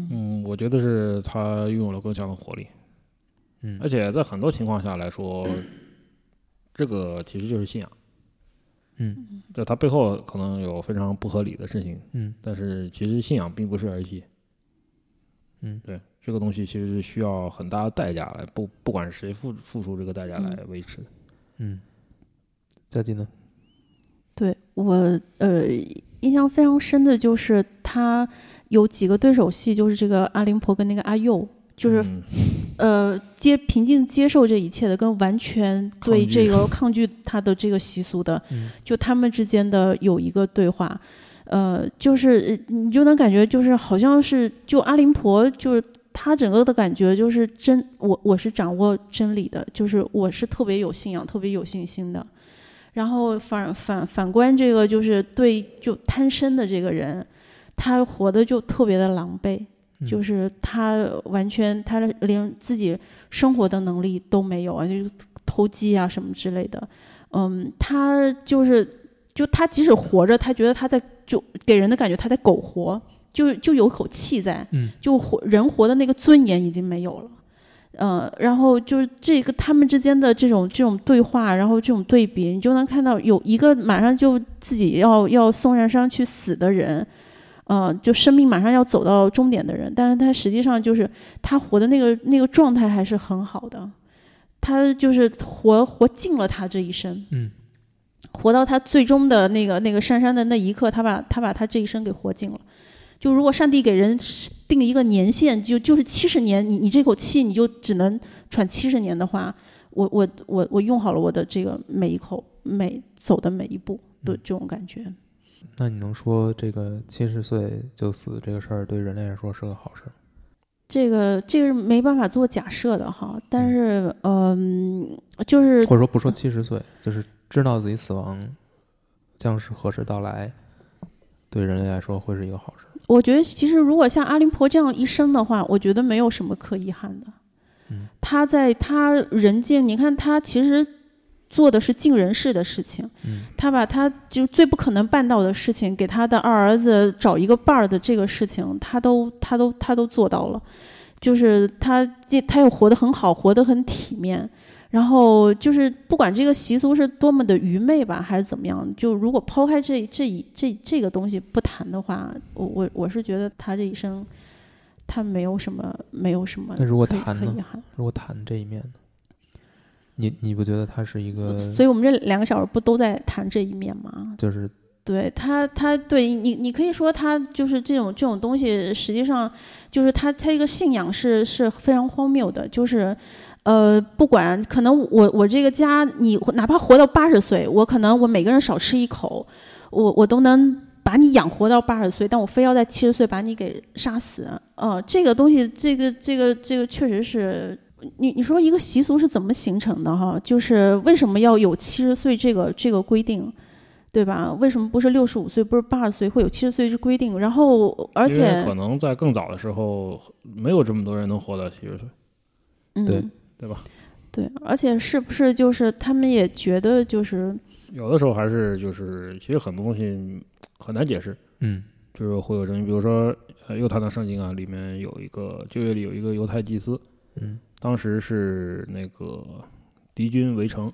我觉得是它拥有了更强的活力。而且在很多情况下来说，这个其实就是信仰。就它背后可能有非常不合理的事情。但是其实信仰并不是儿戏。对，这个东西其实是需要很大的代价来，不管谁付出这个代价来维持的。 佳琪呢？ 对，我印象非常深的就是他有几个对手戏，就是这个阿灵婆跟那个阿佑，就是平静接受这一切的，跟完全对这个抗拒他的这个习俗的，就他们之间的有一个对话。就是你就能感觉就是好像是就阿灵婆就是他整个的感觉就是我是掌握真理的，就是我是特别有信仰特别有信心的。然后反观这个就是对就贪生的这个人，他活得就特别的狼狈，就是他完全他连自己生活的能力都没有啊，就偷鸡啊什么之类的。他就他即使活着，他觉得他在就给人的感觉他在苟活，就有口气在，就人活的那个尊严已经没有了。然后就是这个他们之间的这种对话，然后这种对比，你就能看到有一个马上就自己要送上山去死的人，就生命马上要走到终点的人，但是他实际上就是他活的那个状态还是很好的，他就是活尽了他这一生，活到他最终的那个上山的那一刻，他把他这一生给活尽了。就如果上帝给人定一个年限，就是70年，你这口气你就只能喘70年的话，我用好了我的这个每一口走的每一步的这种感觉。 那你能说这个70岁就死这个事儿对人类来说是个好事？ 这个是没办法做假设的哈，但是就是或者说不说70岁，就是知道自己死亡将是何时到来，对人类来说会是一个好事。 我觉得其实如果像阿灵婆这样一生的话，我觉得没有什么可遗憾的。他在他人间，你看他其实做的是尽人事的事情，他把他就最不可能办到的事情，给他的二儿子找一个伴儿的这个事情，他都做到了。就是他又活得很好，活得很体面。然后就是不管这个习俗是多么的愚昧吧，还是怎么样，就如果抛开这个东西不谈的话，我是觉得他这一生他没有什么。 那如果谈呢？如果谈这一面呢？你不觉得他是一个？ 所以我们这2个小时不都在谈这一面吗？ 就是对他对你可以说他就是这种东西，实际上就是他一个信仰是非常荒谬的，就是。不管可能我这个家，你哪怕活到80岁，我可能我每个人少吃一口，我都能把你养活到80岁，但我非要在70岁把你给杀死。这个东西，这个确实是你说一个习俗是怎么形成的哈？就是为什么要有70岁这个规定，对吧？为什么不是65岁，不是80岁，会有70岁这规定？然后而且可能在更早的时候，没有这么多人能活到70岁。对吧？ 对，而且是不是就是他们也觉得就是有的时候还是就是其实很多东西很难解释，就是会有争议。比如说犹太的圣经啊，里面有一个旧约里有一个犹太祭司，当时是那个敌军围城，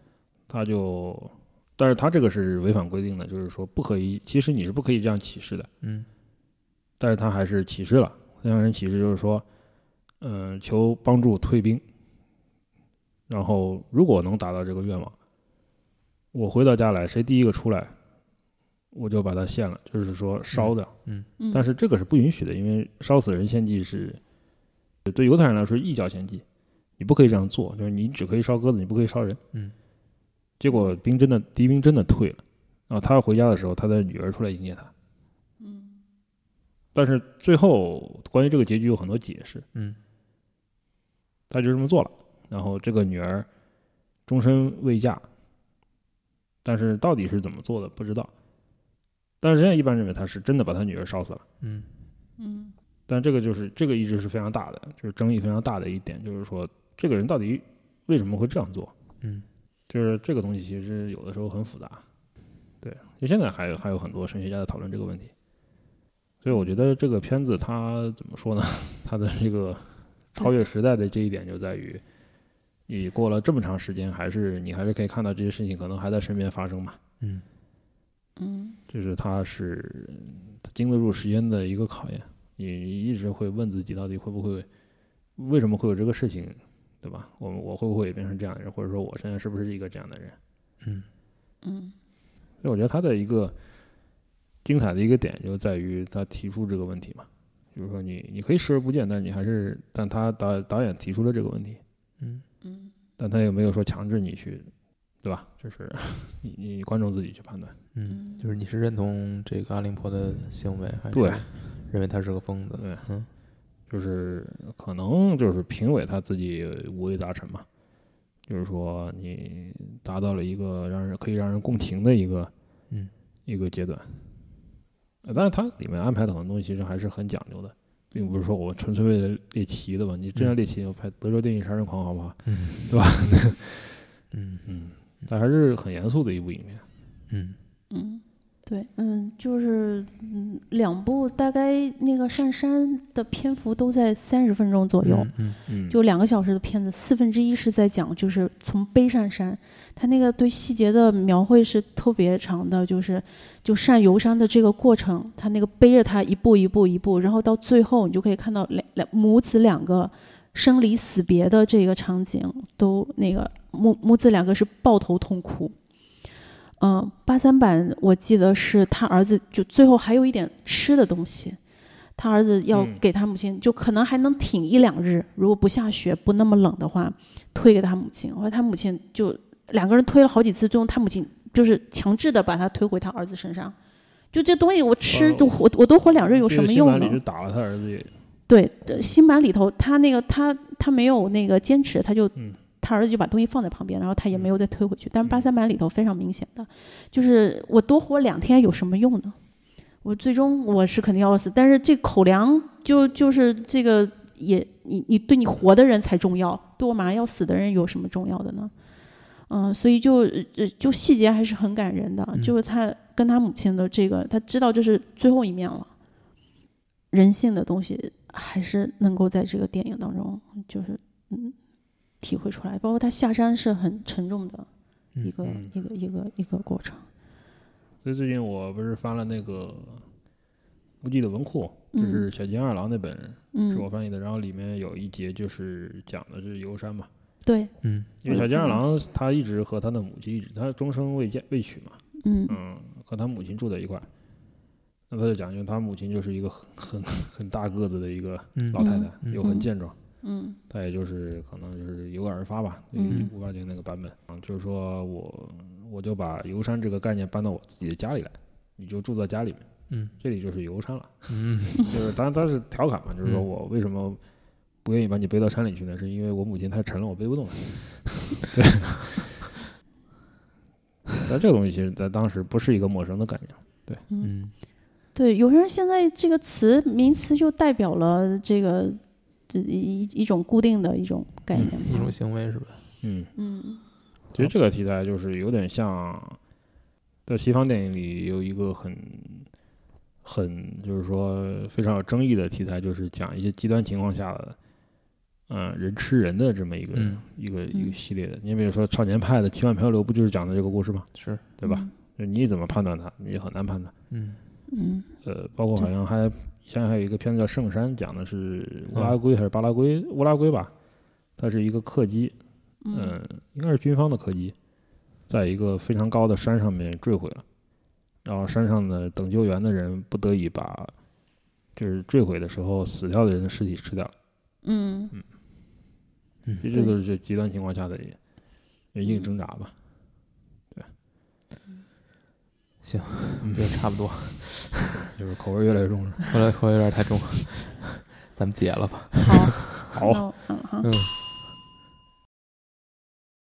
但是他这个是违反规定的，就是说不可以，其实你是不可以这样起誓的，但是他还是起誓了，向人起誓就是说，求帮助退兵。然后如果能达到这个愿望，我回到家来，谁第一个出来，我就把它献了，就是说烧掉。但是这个是不允许的，因为烧死人献祭是对犹太人来说异教献祭，你不可以这样做，就是你只可以烧鸽子，你不可以烧人。结果敌兵真的退了，然后他回家的时候，他的女儿出来迎接他。但是最后关于这个结局有很多解释。他就这么做了。然后这个女儿终身未嫁，但是到底是怎么做的不知道。但是人家一般认为他是真的把他女儿烧死了。但这个一直是非常大的，就是争议非常大的一点，就是说这个人到底为什么会这样做？就是这个东西其实有的时候很复杂。对，就现在还有很多神学家在讨论这个问题。 所以我觉得这个片子它怎么说呢？它的这个超越时代的这一点就在于，你过了这么长时间，你还是可以看到这些事情可能还在身边发生嘛。就是它是经得住时间的一个考验，你一直会问自己到底为什么会有这个事情，对吧？我会不会也变成这样的人，或者说我现在是不是一个这样的人？所以我觉得他的一个精彩的一个点就在于他提出这个问题嘛，就是说你可以视而不见，但他导演提出了这个问题，但他也没有说强制你去，对吧？就是你观众自己去判断。 就是你是认同这个阿凌波的行为，还是认为他是个疯子？ 对，就是可能就是评委他自己五味杂陈嘛，就是说你达到了一个可以让人共情的一个阶段，但是它里面安排的很多东西其实还是很讲究的，并不是说我纯粹为了猎奇的吧？你真要猎奇，我拍德州电影杀人狂好不好？对吧？但还是很严肃的一部影片。 对，就是两部大概那个上山的篇幅都在30分钟左右，就2个小时的片子，1/4是在讲就是从背上山，他那个对细节的描绘是特别长的，就上游山的这个过程，他那个背着他一步一步，然后到最后你就可以看到母子2个生离死别的这个场景，都那个母子2个是抱头痛哭。83版我记得是他儿子就最后还有一点吃的东西，他儿子要给他母亲，就可能还能挺1-2日，如果不下雪不那么冷的话，推给他母亲。后来他母亲就2个人推了好几次，最后他母亲就是强制的把他推回他儿子身上。就这东西我吃我多活2日有什么用呢？ 新版里就打了他儿子也。 对，新版里头他那个他没有那个坚持，他就。他儿子就把东西放在旁边，然后他也没有再推回去。但是83版里头非常明显的，就是我多活2天有什么用呢？我最终我是肯定要死，但是这口粮就是这个也你对你活的人才重要，对我马上要死的人有什么重要的呢？所以就细节还是很感人的，就是他跟他母亲的这个，他知道这是最后一面了，人性的东西还是能够在这个电影当中就是体会出来，包括他下山是很沉重的一个过程。 所以最近我不是翻了那个无忌的文库，就是小金二郎那本是我翻译的，然后里面有一节就是讲的是游山嘛。 对， 因为小金二郎他一直和他的母亲他终生未娶嘛，和他母亲住在一块，那他就讲究他母亲就是一个很大个子的一个老太太，又很健壮。他也就是可能就是有感而发吧，58年那个版本就是说我就把游山这个概念搬到我自己的家里来，你就住在家里面，这里就是游山了，就是当然他是调侃嘛，就是说我为什么不愿意把你背到山里去呢？是因为我母亲太沉了，我背不动了。对，但这个东西其实在当时不是一个陌生的概念，对， 对，有人现在这个名词就代表了这个。一种固定的一种概念， 一种行为是吧？ 其实这个题材就是有点像，在西方电影里有一个很就是说非常有争议的题材，就是讲一些极端情况下的，人吃人的这么一个系列的。你比如说《少年派的奇幻漂流》，不就是讲的这个故事吗？ 是， 对吧？你怎么判断它，你很难判断。包括好像现在还有一个片子叫《圣山》，讲的是乌拉圭还是巴拉圭？乌拉圭吧，它是一个客机，应该是军方的客机，在一个非常高的山上面坠毁了，然后山上的等救援的人不得已把就是坠毁的时候死掉的人的尸体吃掉了。这都是极端情况下的人性挣扎吧。对， 行，这差不多。 就是口味越来越重了， 口味有点太重了，咱们结了吧。 好， 好，